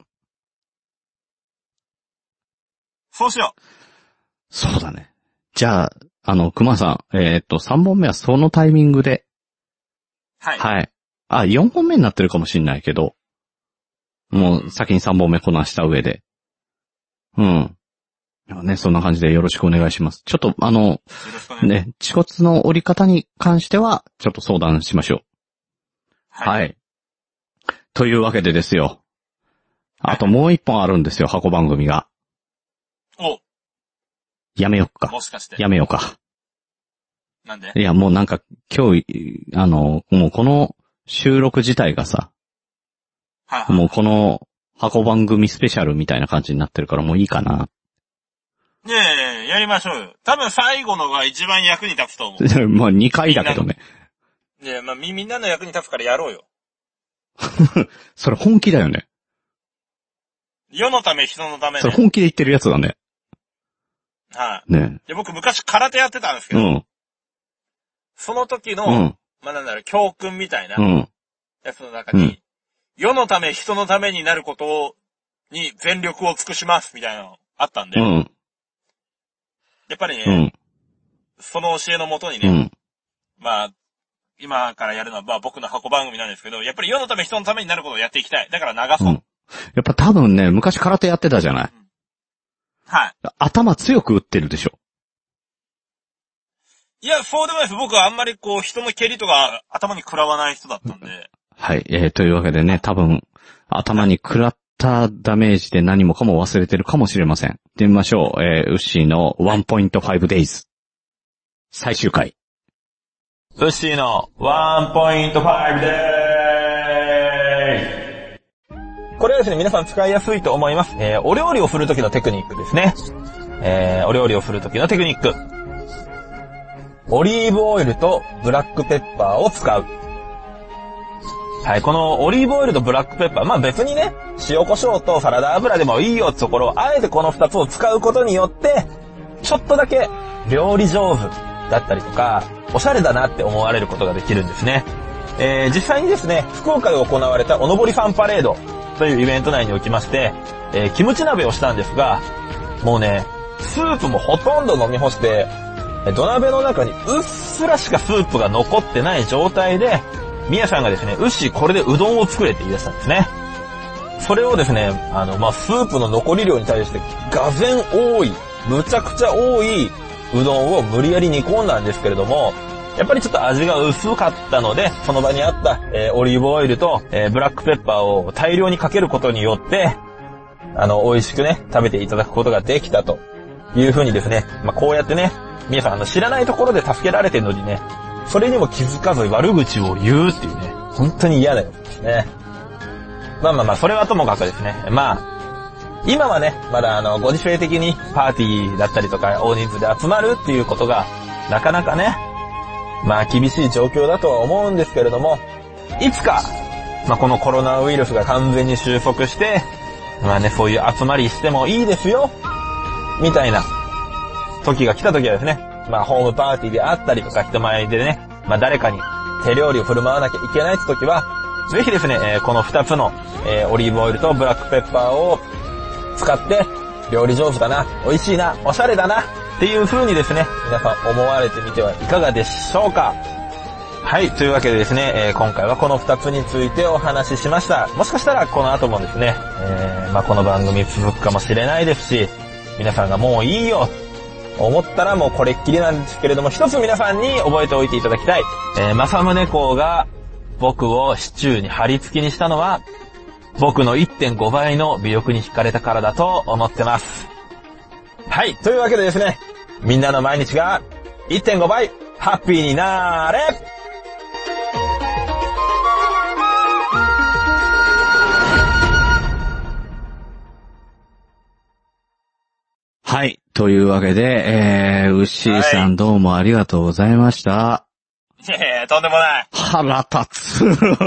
そうしよう。 そうだね。じゃあ、あの、熊さん、えー、っと、さんぼんめはそのタイミングで。 はい。 はい。あ、よんほんめになってるかもしんないけど。もう先にさんぼんめこなした上で。うん。ね、そんな感じでよろしくお願いします。ちょっと、あの、ね、恥骨の折り方に関しては、ちょっと相談しましょう。はい。はい。というわけでですよ。あともう一本あるんですよ、箱番組が。 お。 やめよっか。 もしかして。 やめようか。 なんで？ いや、もうなんか、今日、あの、もうこの収録自体がさ、 はいはい、 もうこの箱番組スペシャルみたいな感じになってるからもういいかな。 いやいやいや、やりましょうよ。多分最後のが一番役に立つと思う。 まあにかいだけどね。 いや、まあみ、みんなの役に立つからやろうよ。 それ本気だよね。 世のため人のためね。 それ本気で言ってるやつだね。 はい、 あ。ねで、僕昔空手やってたんですけど、うん、その時の、うん、まあなんだろう、教訓みたいな、やつの中に、うん、世のため人のためになることに全力を尽くしますみたいなのあったんで、うん、やっぱりね、うん、その教えのもとにね、うん、まあ、今からやるのはまあ僕の箱番組なんですけど、やっぱり世のため人のためになることをやっていきたい。だから流そう。うん、 やっぱ多分ね、昔空手やってたじゃない。うん、 はい。 頭強く打ってるでしょ。 いや、そうでもないです。僕はあんまりこう人の蹴りとか頭に食らわない人だったんで。 はい、えー、というわけでね、多分頭に食らったダメージで何もかも忘れてるかもしれません。行ってみましょう。えー、ウッシーの ワンポイントファイブデイズ 最終回。 ウッシーの ワンポイントファイブデイズ。これはですね、皆さん使いやすいと思います。えー、お料理を振るときのテクニックですね。えー、お料理を振るときのテクニック。オリーブオイルとブラックペッパーを使う。 はい、このオリーブオイルとブラックペッパー、まあ別にね、塩コショウとサラダ油でもいいよってところを、あえてこの二つを使うことによって、ちょっとだけ料理上手だったりとか、おしゃれだなって思われることができるんですね。えー、実際にですね、福岡で行われたおのぼりファンパレードというイベント内におきまして、えー、キムチ鍋をしたんですが、もうね、スープもほとんど飲み干して、土鍋の中にうっすらしかスープが残ってない状態で、ミヤさんがですね、うっしーこれでうどんを作れって言い出したんですね。それをですね、あの、まあ、スープの残り量に対してがぜん多い、むちゃくちゃ多いうどんを無理やり煮込んだんですけれども、やっぱりちょっと味が薄かったので、その場にあった、えー、オリーブオイルと、えー、ブラックペッパーを大量にかけることによって、あの、美味しくね、食べていただくことができたというふうにですね、まあ、こうやってね、皆さんあの知らないところで助けられてるのにね、それにも気づかず悪口を言うっていうね、本当に嫌だよね。まあまあまあ、それはともかくですね。まあ、今はね、まだあの、ご時世的にパーティーだったりとか、大人数で集まるっていうことが、なかなかね、まあ厳しい状況だとは思うんですけれども、いつか、まあこのコロナウイルスが完全に収束して、まあね、そういう集まりしてもいいですよ、みたいな時が来た時はですね、まあホームパーティーであったりとか人前でね、まあ誰かに手料理を振る舞わなきゃいけないって時は、ぜひですね、えー、この二つの、えー、オリーブオイルとブラックペッパーを使って料理上手だな、美味しいな、おしゃれだなっていう風にですね、皆さん思われてみてはいかがでしょうか。はい、というわけでですね、えー、今回はこの二つについてお話ししました。もしかしたらこの後もですね、えー、まあこの番組続くかもしれないですし、皆さんがもういいよ思ったらもうこれっきりなんですけれども、一つ皆さんに覚えておいていただきたい。えー、正宗公が僕をシチューに貼り付きにしたのは、僕の いってんご 倍の美力に惹かれたからだと思ってます。はい、というわけでですね、みんなの毎日が いってんご 倍ハッピーになーれ。 はい。というわけで、えー、ウッシーさんどうもありがとうございました。 いやいや、とんでもない。 腹立つ。いやいや、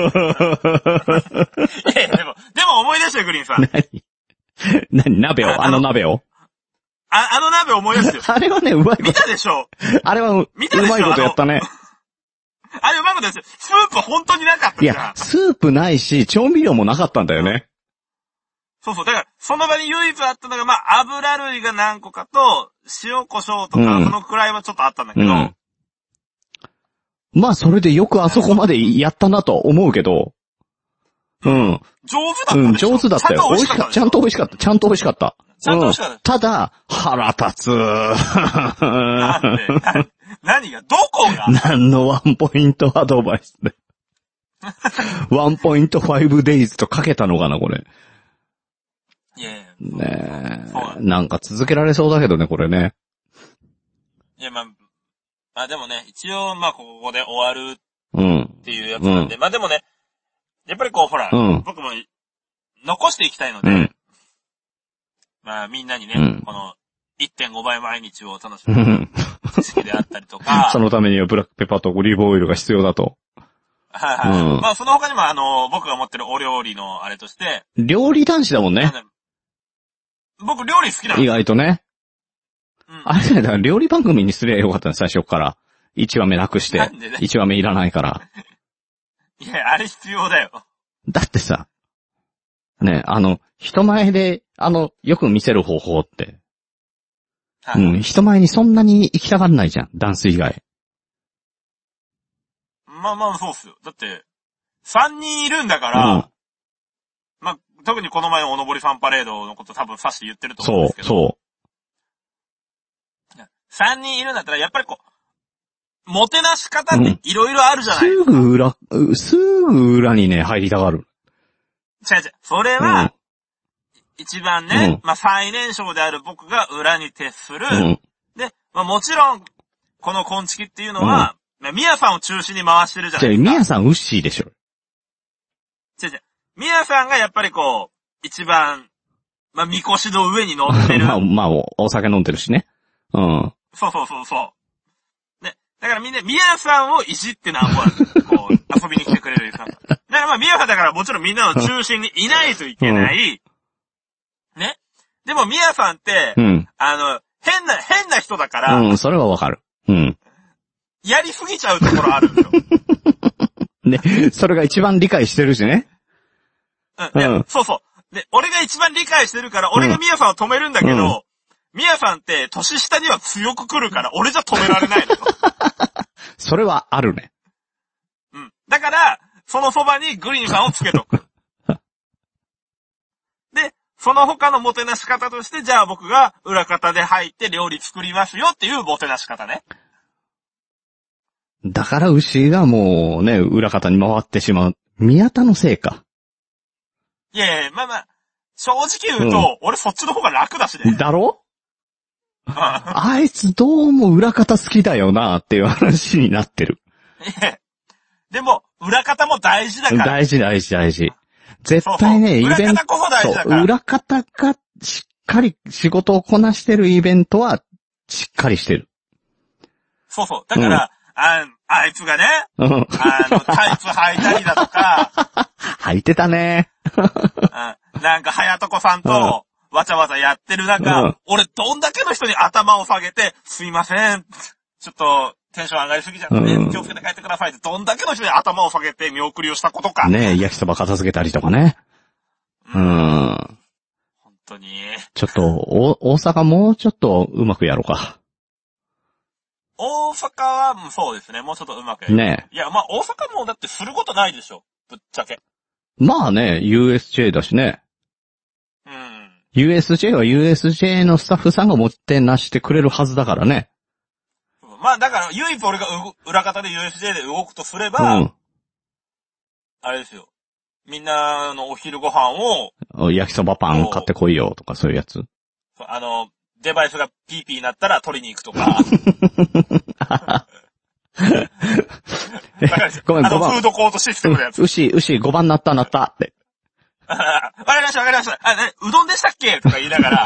でも、でも思い出してよ、グリーンさん。 何何鍋をあの鍋をあ、あの鍋思い出すよ。 あれはね、うまいこと。 見たでしょあれはう、 見たでしょうまいことやったね。 あれうまいことやつ。スープ本当になかったじゃん。 いや、スープないし、調味料もなかったんだよね。 そうそう。だから、その場に唯一あったのが、まあ、油類が何個かと、塩胡椒とか、うん、そのくらいはちょっとあったんだけど。うん、 まあ、それでよくあそこまでやったなと思うけど。うん。 上手だったうん、上手だったよ。美味しかった。ちゃんと美味しかった。ちゃんと美味しかった。 ちゃんと美味しかった。うん、 ただ、腹立つ。 なんでな何がどこが何のワンポイントアドバイスで。ワンポイントファイブデイズとかけたのかな、これ。 いやいや。 ねえ。なんか続けられそうだけどね、これね。 いや、まあ、まあでもね、一応、まあここで終わるっていうやつなんで、うん、まあでもね、やっぱりこう、ほら、うん、僕も残していきたいので、うん、まあみんなにね、うん、この いってんご 倍毎日を楽しむ知識であったりとか、 そのためにはブラックペッパーとオリーブオイルが必要だと。 はいはい、うん。まあその他にもあの、僕が持ってるお料理のあれとして、 料理男子だもんね。 僕料理好きなの。 意外とね。うん、あれだ、だから料理番組にすればよかったね、最初から。いちわめなくして。なんでね、いちわめいらないから。 いや、あれ必要だよ。 だってさ、ね、あの、人前で、あの、よく見せる方法って。はい、うん、人前にそんなに行きたがんないじゃん、ダンス以外。 まあまあ、そうっすよ。だって、さんにんいるんだから、うん、まあ、特にこの前のおのぼりファンパレードのこと多分さして言ってると思うんですけど。そう、そう。さんにんいるんだったら、やっぱりこう、もてなし方っていろいろあるじゃないですか、うん。すぐ裏、すぐ裏にね、入りたがる。 違う違う。それは、うん、一番ね、うん、まあ最年少である僕が裏に徹する。うん、で、まあもちろん、このコンチキっていうのは、うん、まあ、ミヤさんを中心に回してるじゃないですか。 じゃあミヤさんウッシーでしょ。 違う違う。ミヤさんがやっぱりこう、一番、まあ、みこしの上に乗ってる。 まあ、まあ、お酒飲んでるしね。うん。 そうそうそうそう。ね。だからみんな、ミヤさんをいじってなんぼなんですこう、 遊びに来てくれるリスナーさん。だからまあ、ミヤさんだからもちろんみんなの中心にいないといけない。うん、ね。でもミヤさんって、うん、あの、変な、変な人だから。 うん、それはわかる。うん。 やりすぎちゃうところあるんですよ。 ね、それが一番理解してるしね。 うん、うん。そうそう。で、俺が一番理解してるから、俺がミヤさんを止めるんだけど、うん、ミヤさんって年下には強く来るから、俺じゃ止められないのよ。 それはあるね。 うん。だから、そのそばにグリーンさんをつけとく。で、その他のもてなし方として、じゃあ僕が裏方で入って料理作りますよっていうもてなし方ね。 だから牛がもうね、裏方に回ってしまう。宮田のせいか。 いやいや、まあまあ、正直言うと、うん、俺そっちの方が楽だしね。 だろあいつどうも裏方好きだよなっていう話になってる。 いや、でも、裏方も大事だから。 大事大事大事。絶対ね、 そうそう、イベント。裏方こそ大事だから。 裏方がしっかり仕事をこなしてるイベントは、しっかりしてる。 そうそう。だから、うんあ、あいつがね、うん、あの、タイツ履いたりだとか、 履いてたね。 うん、なんか、はやとこさんと、わちゃわちゃやってる中、うん、俺どんだけの人に頭を下げて、すいません、ちょっと、テンション上がりすぎちゃって、うん、気をつけて帰ってくださいって、どんだけの人に頭を下げて見送りをしたことか。 ねえ、焼きそば片付けたりとかね。うん。うん、 本当に。 ちょっと、お、大阪もうちょっとうまくやろうか。 大阪は、そうですね、もうちょっとうまくやる。 ねえ。 いや、まあ大阪もだってすることないでしょ。ぶっちゃけ。 まあね、ユーエスジェー だしね。 うん。 ユーエスジェー は ユーエスジェー のスタッフさんが持ってなしてくれるはずだからね。 まあだから、唯一俺が裏方で ユーエスジェー で動くとすれば、うん、あれですよ。みんなのお昼ご飯を、 焼きそばパン買ってこいよとかそういうやつ。 あの、デバイスがピーピーになったら取りに行くとか。 ごめん、 あの、フードコートシステムのやつ。 牛、牛、ごばんなったなったって。 わかりました、わかりました。あ、ね、うどんでしたっけとか言いながら、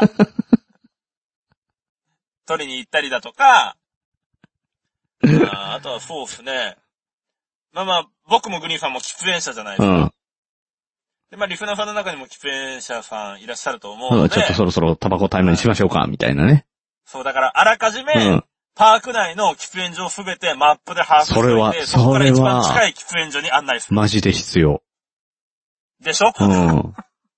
取りに行ったりだとか、あ, あとはそうですね。まあまあ、僕もグリーンさんも喫煙者じゃないですか。うん、で、まあ、リスナーさんの中にも喫煙者さんいらっしゃると思うので、 うん、ちょっとそろそろタバコタイムにしましょうか、みたいなね。 そう、だから、あらかじめ、うん、パーク内の喫煙所をすべてマップで把握しておいて、それは、そこから一番近い喫煙所に案内する。 マジで必要。 でしょうん。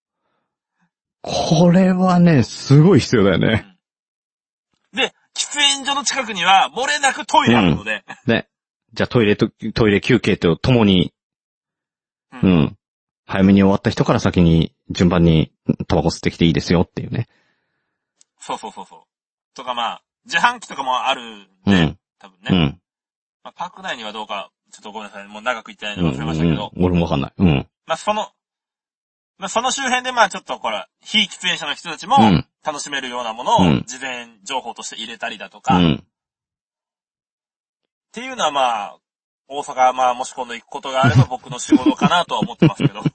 これはね、すごい必要だよね。 うん、で、喫煙所の近くには、漏れなくトイレあるので。 うん、ね。じゃあトイレと、トイレ休憩とともに、うん、うん。早めに終わった人から先に順番にタバコ吸ってきていいですよっていうね。 そうそうそうそう。とかまあ、自販機とかもあるんで、うん、多分ね。うん。まあ、パーク内にはどうか、ちょっとごめんなさい。もう長く言ってないの忘れましたけど。 うんうん、俺もわかんない。うん。 まあその、まあその周辺でまあちょっとこれ、非喫煙者の人たちも楽しめるようなものを事前情報として入れたりだとか、うん、っていうのはまあ、大阪まあもし今度行くことがあれば僕の仕事かなとは思ってますけど。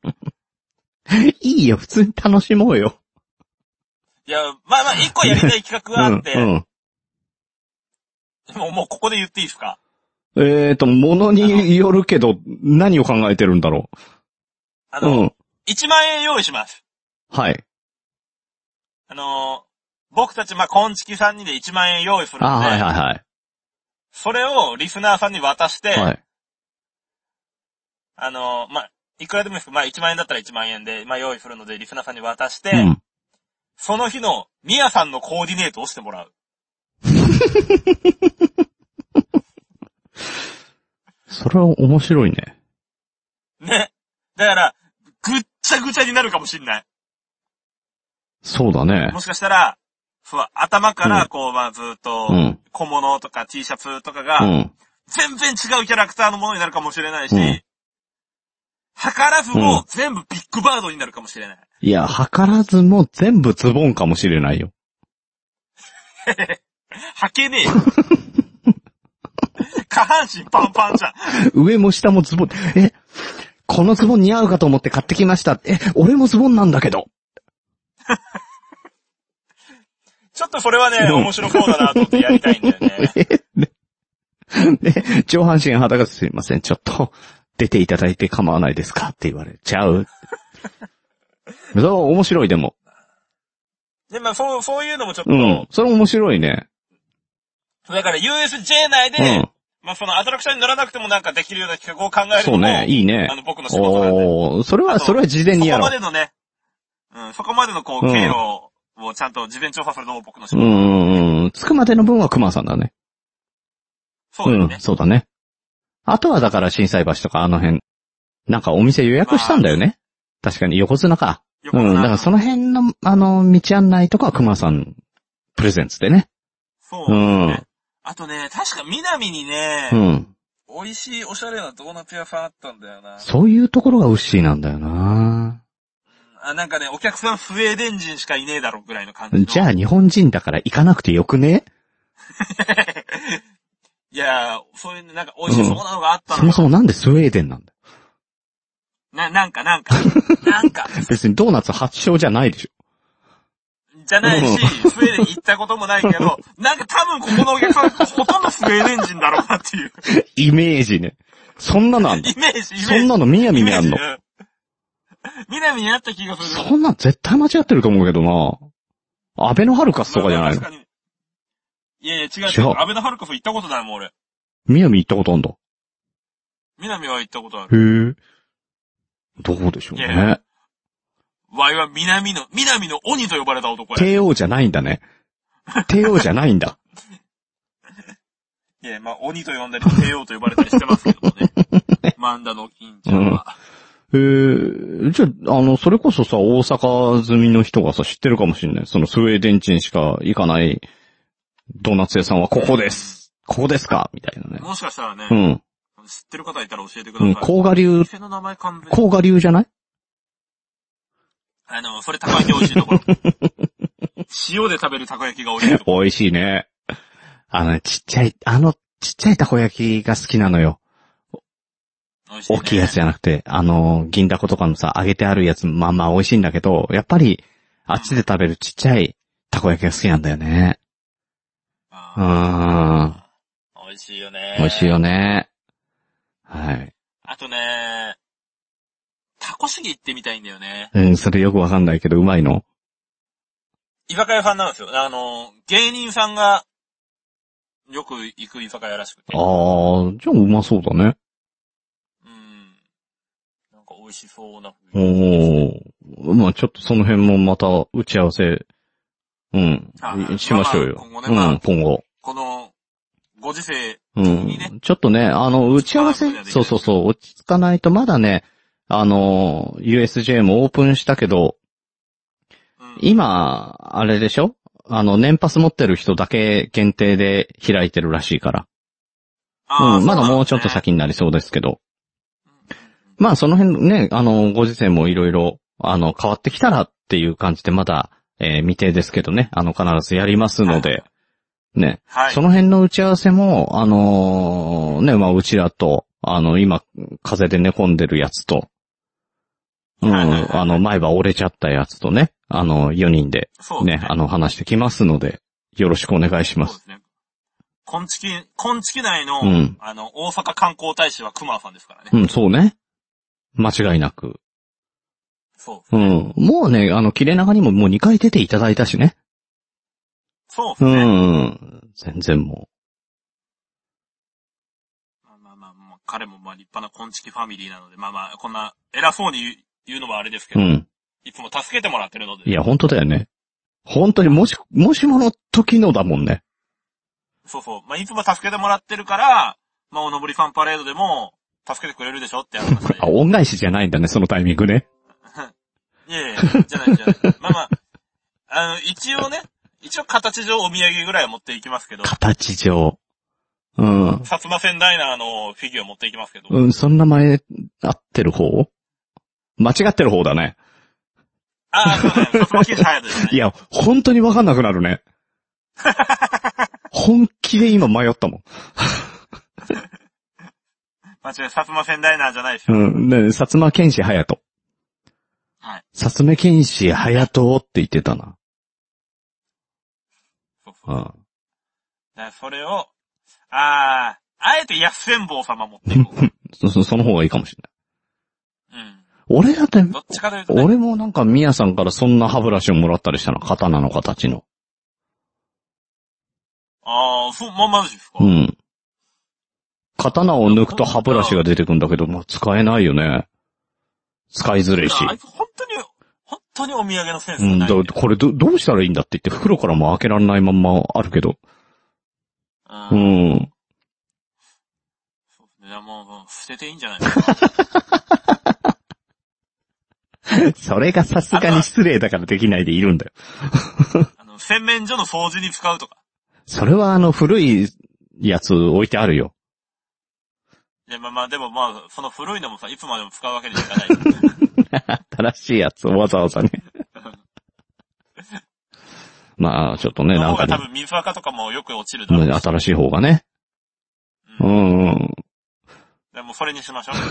いいよ、普通に楽しもうよ。 いや、まあまあ一個やりたい企画があって、うんうん、でももうここで言っていいですか？ えーと、ものによるけど、何を考えてるんだろう。 あの、うん、いちまんえん用意します。 はい。 あの、僕たちまあ、こんちきさんにんでいちまんえん用意するんで、あ、 はいはいはい。 それをリスナーさんに渡して、 はい、 あの、まあ、いくらでもいいですけど、まあいちまんえんだったらいちまんえんで、まあ用意するのでリスナーさんに渡して、うん、その日のミヤさんのコーディネートをしてもらう。 それは面白いね。 ね。だから、ぐっちゃぐちゃになるかもしんない。 そうだね。 もしかしたら、そう、頭からこう、うん、まあずっと、小物とか T シャツとかが、うん、全然違うキャラクターのものになるかもしれないし、うん、図らずも全部ビッグバードになるかもしれない。 いや、図らずも全部ズボンかもしれないよ。 履けねえよ。下半身パンパンじゃん。 上も下もズボン。え、このズボン似合うかと思って買ってきました。え、俺もズボンなんだけど。 ちょっとそれはね、面白そうだなと思ってやりたいんだよね。 で、上半身裸すいません。ちょっと、 出ていただいて構わないですかって言われちゃう。それは面白いでも。 で、まあ、そう、そういうのもちょっと。 うん。それ面白いね。 だから ユーエスジェー 内で、うん、まあ、そのアトラクションに乗らなくてもなんかできるような企画を考えるのも。 そうね、いいね。 あの、僕の仕事なんで。 おー、それは、それは事前にやろう。 そこまでのね、うん、そこまでのこう、経路をちゃんと事前調査するのも僕の仕事。 うん、うん、着くまでの分は熊さんだね。 そうだね、うん。 そうだね。あとはだから震災橋とかあの辺。なんかお店予約したんだよね。確かに横綱か。横綱。うん。だからその辺の、あの、道案内とかは熊さんプレゼンツでね。 そう、ね。うん。あとね、確か南にね、うん。美味しいおしゃれなドーナツ屋さんあったんだよな。 そういうところがウッシーなんだよな。 あ、なんかね、お客さんスウェーデン人しかいねえだろぐらいの感じ。 じゃあ日本人だから行かなくてよくね？ いやー、そういうなんか美味しそうなのがあったの、 うん、そもそもなんでスウェーデンなんだよ。 な、なんかなんか、なんか。 別にドーナツ発祥じゃないでしょ。 じゃないし、スウェーデン行ったこともないけど、なんか多分ここのお客さんほとんどスウェーデン人だろうなっていう。 イメージね。そんなのあんの？ イメージ、イメージ。 そんなの南にあんの？ 南にあった気がする。 そんなん絶対間違ってると思うけどな。アベノハルカスとかじゃないの？ いやいや、違う違う。アベノハルカス行ったことないもん、俺。 南行ったことあんだ。 南は行ったことある。 へえ。どうでしょうね。いやいやワイは南の、南の鬼と呼ばれた男や。 帝王じゃないんだね。帝王じゃないんだ。 いや、まあ、鬼と呼んだり、帝王と呼ばれたりしてますけどもね。万田の金ちゃんは。 うん、えー、じゃあ、あの、それこそさ、大阪済みの人がさ、知ってるかもしんない。そのスウェーデン人しか行かないドーナツ屋さんはここです。うん、ここですかみたいなね。 もしかしたらね。 うん。 知ってる方いたら教えてください。うん、 甲賀流。 店の名前完全に。 甲賀流じゃない？ あの、それたこ焼き美味しいところ。塩で食べるたこ焼きが美味しいところ。 美味しいね。あの、ちっちゃい、あの、ちっちゃいたこ焼きが好きなのよ。 美味しいね。 大きいやつじゃなくて、あの、銀だことかのさ、揚げてあるやつ、まあまあ美味しいんだけど、やっぱり、あっちで食べるちっちゃいたこ焼きが好きなんだよね。うん。 美味しいよね。 美味しいよね。はい。 あとね、タコシギ行ってみたいんだよね。 うん、それよくわかんないけど、うまいの？ 居酒屋さんなんですよ。あの、芸人さんが、よく行く居酒屋らしくて。 あー、じゃあうまそうだね。 うん。なんか美味しそうな。 おー。まあちょっとその辺もまた打ち合わせ、うん。しましょうよ。 まあ、今後ね、まあ、 うん、今後。 この、ご時世にね、うん。ちょっとね、あの、打ち合わせ、そうそうそう、落ち着かないとまだね、あの、ユーエスジェー もオープンしたけど、うん、今、あれでしょ？あの、年パス持ってる人だけ限定で開いてるらしいから。うん、まだもうちょっと先になりそうですけど。まあ、その辺ね、あの、ご時世もいろいろ、あの、変わってきたらっていう感じで、まだ、えー、未定ですけどね、あの、必ずやりますので、ね、はい、その辺の打ち合わせも、あのー、ね、まあ、うちらと、あの、今、風邪で寝込んでるやつと、うん、あの、前歯折れちゃったやつとね、あの、よにんで、ね、ね、あの、話してきますので、よろしくお願いします。そうですね。 こんちき、こんちき内の、うん、あの、大阪観光大使は熊さんですからね。 うん、そうね。間違いなく。 そう、 ね。うん。もうね、あの、切れ長にももうにかい出ていただいたしね。 そうですね。 うん。全然もう。まあまあまあ、まあ、彼もまあ立派なこんちきファミリーなので、まあまあ、こんな偉そうに言うのもあれですけど、うん。いつも助けてもらってるので。 いや、本当だよね。本当にもし、もしもの時のだもんね。 そうそう。まあ、いつも助けてもらってるから、まあ、おのぼりファンパレードでも、助けてくれるでしょって話で。 あ、恩返しじゃないんだね、そのタイミングね。 いやいや、じゃないじゃない。まあまあ、あの、一応ね、一応形上お土産ぐらいは持っていきますけど。 形上。うん。 薩摩川ダイナーのフィギュア持っていきますけど。 うん、そんな前、合ってる方？間違ってる方だね。 ああ、そうね。薩摩剣士隼人ですね。 いや、本当にわかんなくなるね。本気で今迷ったもん。 間違い、薩摩川ダイナーじゃないですよ。 うん、ね、薩摩剣士隼人。 はい。 薩摩剣士隼人って言ってたな。 そうそう。うん。だそれを、ああ、あえて安千坊様持っていこう。 そ、その方がいいかもしれない。 うん。 俺だって、 どっちかというと、ね、 俺もなんかミヤさんからそんな歯ブラシをもらったりしたの、刀の形の。 ああ、そう、まあ、マジですか？ うん。刀を抜くと歯ブラシが出てくるんだけど、もう使えないよね。使いづれし。 あいつ本当に、本当にお土産のセンスうん、 がない、ね。 だこれど、どうしたらいいんだって言って、袋からも開けられないまんまあるけど。 うん。 うん。 いや、もう、もう捨てていいんじゃないですか。 それがさすがに失礼だからできないでいるんだよ。 あの、洗面所の掃除に使うとか。 それはあの古いやつ置いてあるよ。 いや、まあまあ、でもまあ、その古いのもさ、いつまでも使うわけにはいかない。 新しいやつをわざわざね。まあ、ちょっとね、なんかね。 多分水垢とかもよく落ちるだろう。 新しい方がね。うん、うんうん。 でもそれにしましょ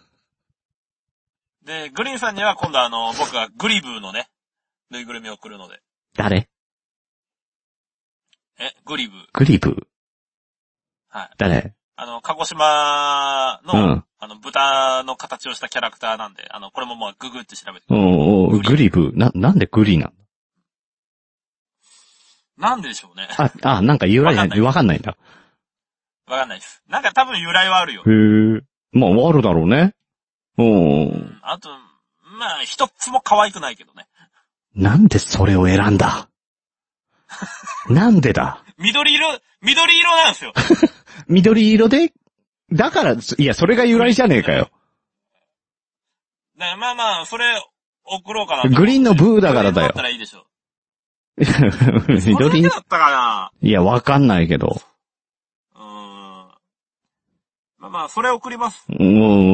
う。で、グリーンさんには今度あの、僕がグリブーのね、ぬいぐるみを送るので。 誰？ え、グリブー。 グリブー？ はい。 誰？ あの、鹿児島の、 うん、 あの、豚の形をしたキャラクターなんで、あの、これももうググって調べて。 おー、グリブー。な、なんでグリなの？ なんででしょうね。 あ、あ、なんか由来ない、わかんないんだ。 わかんないです。なんか多分由来はあるよ。 へー。まあ、あるだろうね。おー。 うん、あと、まあ、一つも可愛くないけどね。 なんでそれを選んだ？なんでだ？ 緑色、緑色なんですよ。 緑色で、だから、いや、それが由来じゃねえかよ。 まあまあ、それ、送ろうかな。 グリーンのブーだからだよ。 だったらいいでしょ。 緑だったかな？ いや、わかんないけど。 うーん。まあまあ、それ送ります。 うん、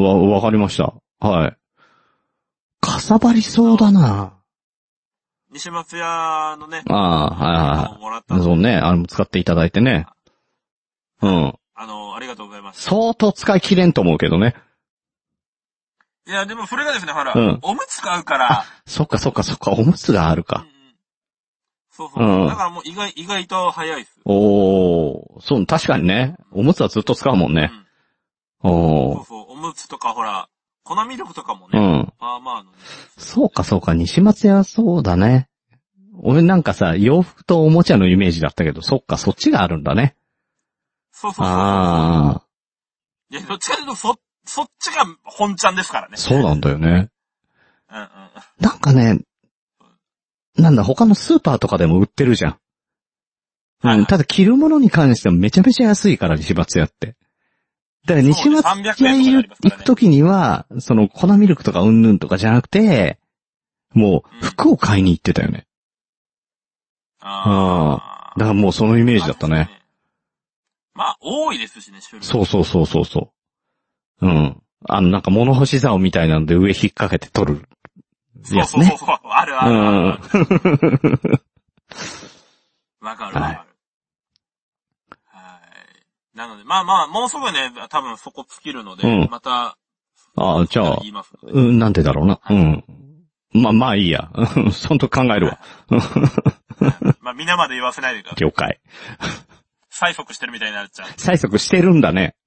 わ、わかりました。はい。かさばりそうだな。 西松屋のね。 ああ、はいはい。 もらったそうね、あの、使っていただいてね。うん。 あの、ありがとうございます。 相当使い切れんと思うけどね。 いや、でもそれがですね、ほら、 うん、 おむつ買うから。 そっかそっかそっか、おむつがあるか。 うん、そうそう、うん。だからもう意外、意外と早いです。 おー、そう、確かにね。おむつはずっと使うもんね。うん、おー。 そうそう、おむつとかほら、粉ミルクとかもね。 うん。 まあまあのね。 そうかそうか、西松屋そうだね。俺なんかさ、洋服とおもちゃのイメージだったけど、そっか、そっちがあるんだね。 そうそうそうそう。 ああ。 いや、どっちかというと、そ、そっちが本ちゃんですからね。 そうなんだよね。 うんうん。 なんかね、なんだ、他のスーパーとかでも売ってるじゃん。 はい、 うん。ただ着るものに関してはめちゃめちゃ安いから、西松屋って。だから西松屋行くときには、その粉ミルクとかうんぬんとかじゃなくて、もう服を買いに行ってたよね。うん、ああ。だからもうそのイメージだったね。 まあ、多いですしね、種類。 そうそうそうそうそう。うん。あの、なんか物干し竿みたいなので上引っ掛けて取るやつね。 そうそうそうそう。あるあるある。わ、うん、かるわかる。はい。なので、まあまあ、もうすぐね、多分そこ尽きるので、うん、また、 ああ、じゃあ、うん、なんでだろうな。はい、うん。まあまあいいや。そんと考えるわ。 まあ皆まで言わせないでください。 了解。 催促してるみたいになっちゃう。 催促してるんだね。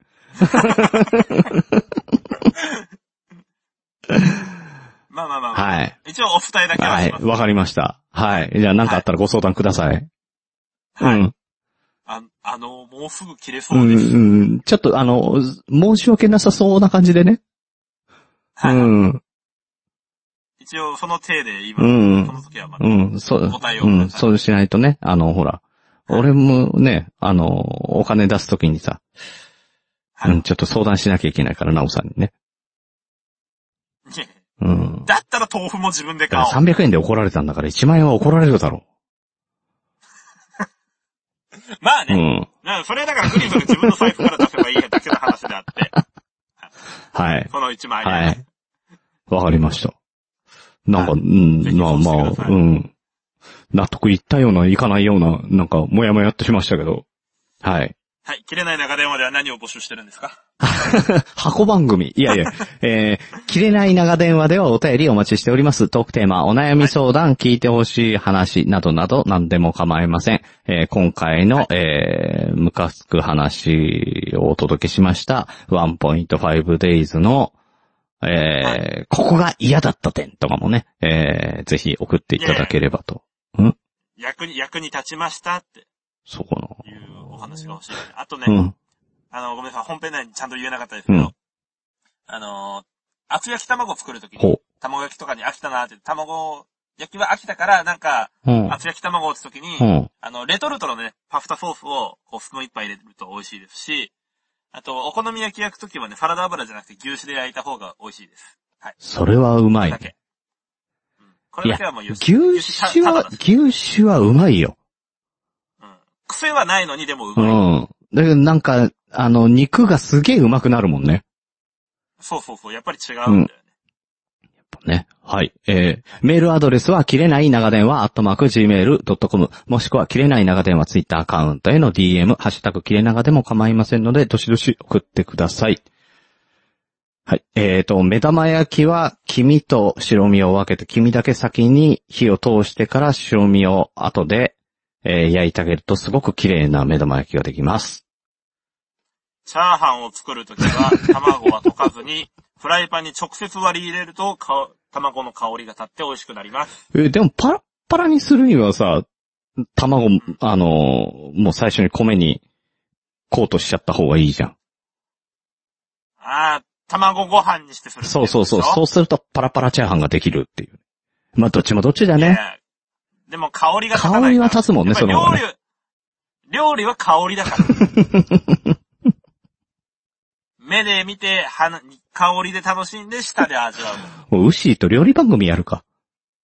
まあまあまあ、 はい。 一応お二人だけはします。 はい、わかりました。はい。じゃあ何かあったらご相談ください。 はい。 うん。 あ、あの、もうすぐ切れそうです。 うん、うん。ちょっとあの、申し訳なさそうな感じでね。 はい。 うん。 一応その体で今、 うん、 その時はまた、 うん、そう、 答えを、 うん、そうしないとね、あの、ほら、俺もね、あの、お金出すときにさ、はい、うん、ちょっと相談しなきゃいけないから、なおさんにね。うん。 だったら豆腐も自分で買おう。 さんびゃくえんで怒られたんだからいちまんえんは怒られるだろう。まあね。うん。なんかそれだからグリーンが自分の財布から出せばいいだけの話であって。 はい。 そのいちまんえん。 はい。わかりました。なんか、うん、まあまあ、うん。納得いったような、いかないような、なんか、もやもやっとしましたけど。はい。 はい。切れない長電話では何を募集してるんですか？ 箱番組。いやいや、えー、切れない長電話ではお便りお待ちしております。トークテーマ、お悩み相談、はい、聞いてほしい話などなど何でも構いません。 えー、今回の、えー、ムカつく話をお届けしました、ワンポイントファイブデイズの、えーはい、ここが嫌だった点とかもね、えー、ぜひ送っていただければと。ん役に、役に立ちましたって。 そこの。 いうお話が欲しい、ね。あとね、 うん、 あの、ごめんなさい、本編内にちゃんと言えなかったですけど、うん、あの、厚焼き卵を作るときに、卵焼きとかに飽きたなって、卵焼きは飽きたから、なんか、うん、厚焼き卵を打つときに、うん、あの、レトルトのね、パスタソースを、こう、スプーン一杯入れると美味しいですし、あと、お好み焼き焼くときはね、サラダ油じゃなくて牛脂で焼いた方が美味しいです。はい。 それはうまい。 これだけ。うん、これだけはもう牛脂は、牛脂はうまいよ。 うん。癖はないのにでもうまい。 うん。だけどなんか、あの、肉がすげえうまくなるもんね。 そうそうそう、やっぱり違うんだよね。うんね。はい。えー、メールアドレスは、切れない長電話、アットマーク、ジーメールドットコム、もしくは、切れない長電話ツイッターアカウントへの ディーエム、ハッシュタグ、切れ長でも構いませんので、どしどし送ってください。はい。えーと、目玉焼きは、黄身と白身を分けて、黄身だけ先に火を通してから白身を後で、えー、焼いてあげると、すごく綺麗な目玉焼きができます。 チャーハンを作るときは、卵は溶かずに、フライパンに直接割り入れると、か、卵の香りが立って美味しくなります。 え、でもパラッパラにするにはさ、卵、あのー、もう最初に米にコートしちゃった方がいいじゃん。 ああ、卵ご飯にしてする。 そうそうそう。そうするとパラパラチャーハンができるっていう。まあ、どっちもどっちだね。 でも香りが立たない。 香りは立つもんね、その方がね。 料理、料理は香りだから。目で見て、鼻、香りで楽しんで、舌で味わう。もう、ウッシーと料理番組やるか。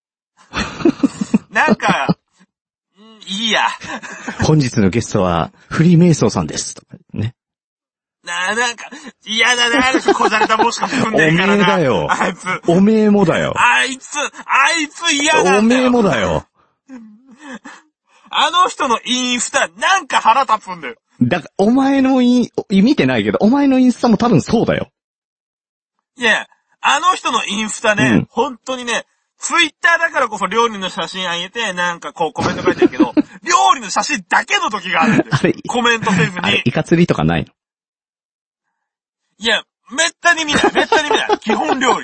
なんか、いいや。 本日のゲストは、フリーメイソーさんです。とかね。 な、なんか、嫌だな、こじゃれた帽子か踏んでるからな。 おめえだよ。 あいつ。 おめえもだよ。 あいつ、あいつ嫌なんだよ。 おめえもだよ。 あの人のインスタ、なんか腹立つんだよ。 だから、お前のイン、見てないけど、お前のインスタも多分そうだよ。 いや、あの人のインスタね、うん、本当にね、ツイッターだからこそ料理の写真あげて、なんかこうコメント書いてるけど、料理の写真だけの時があるんだよ。あれコメントせずに。あれ、 イカ釣りとかないの？ いや、めったに見ない、めったに見ない。基本料理。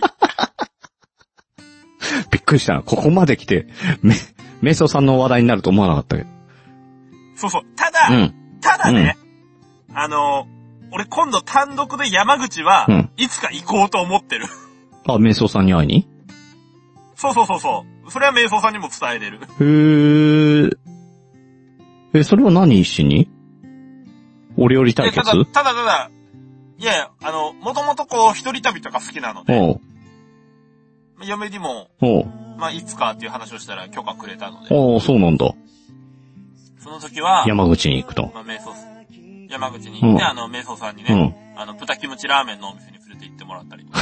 びっくりしたな。ここまで来て、め、メイソーさんの話題になると思わなかったけど。 そうそう。ただ、うん、ただね、うん、あの、俺今度単独で山口は、いつか行こうと思ってる。 うん、あ、メイソーさんに会いに？ そうそうそうそう。それはメイソーさんにも伝えれる。 へー。え、それは何しに？お料理対決？ ただ、ただただ、いやいや、あの、もともとこう、一人旅とか好きなので、嫁にも、まあ、いつかっていう話をしたら許可くれたので。 ああ、そうなんだ。 その時は、 山口に行くと。 まあ、メイソー山口に行って、うん、あの、メイソーさんにね、うん、あの、豚キムチラーメンのお店に連れて行ってもらったりとか。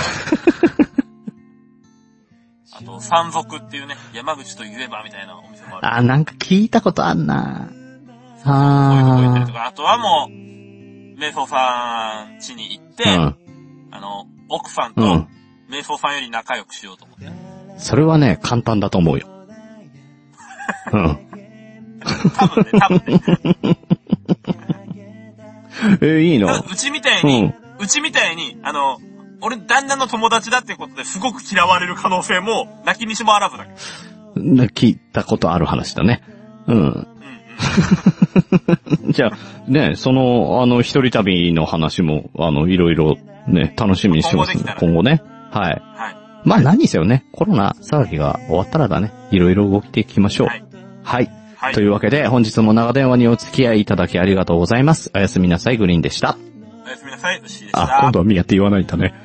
あと、山賊っていうね、山口と言えばみたいなお店もある。 あ、なんか聞いたことあんな。 ああ。そういうとこ行ったりとか、あとはもう、メイソーさん家に行って、うん、あの、奥さんと、メイソーさんより仲良くしようと思って。 それはね、簡単だと思うよ。うん。 多分ね、多分ね。 えー、いいの？ うちみたいに、うん、うちみたいに、あの、俺、旦那の友達だってことですごく嫌われる可能性も、泣きにしもあらずだけど。聞いたことある話だね。うん。うんうん、じゃあ、ね、その、あの、一人旅の話も、あの、いろいろ、ね、楽しみにしてます、ね。今後ね。はい。はい。まあ何にせよね、コロナ騒ぎが終わったらだね、いろいろ動いていきましょう。はい。はいはい、というわけで、本日も長電話にお付き合いいただきありがとうございます。おやすみなさい、グリーンでした。 おやすみなさい、ウッシーでした。 あ、今度はミヤって言わないんだね。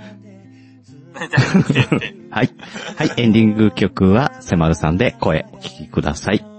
はい。はい、エンディング曲は、セマルさんで声お聞きください。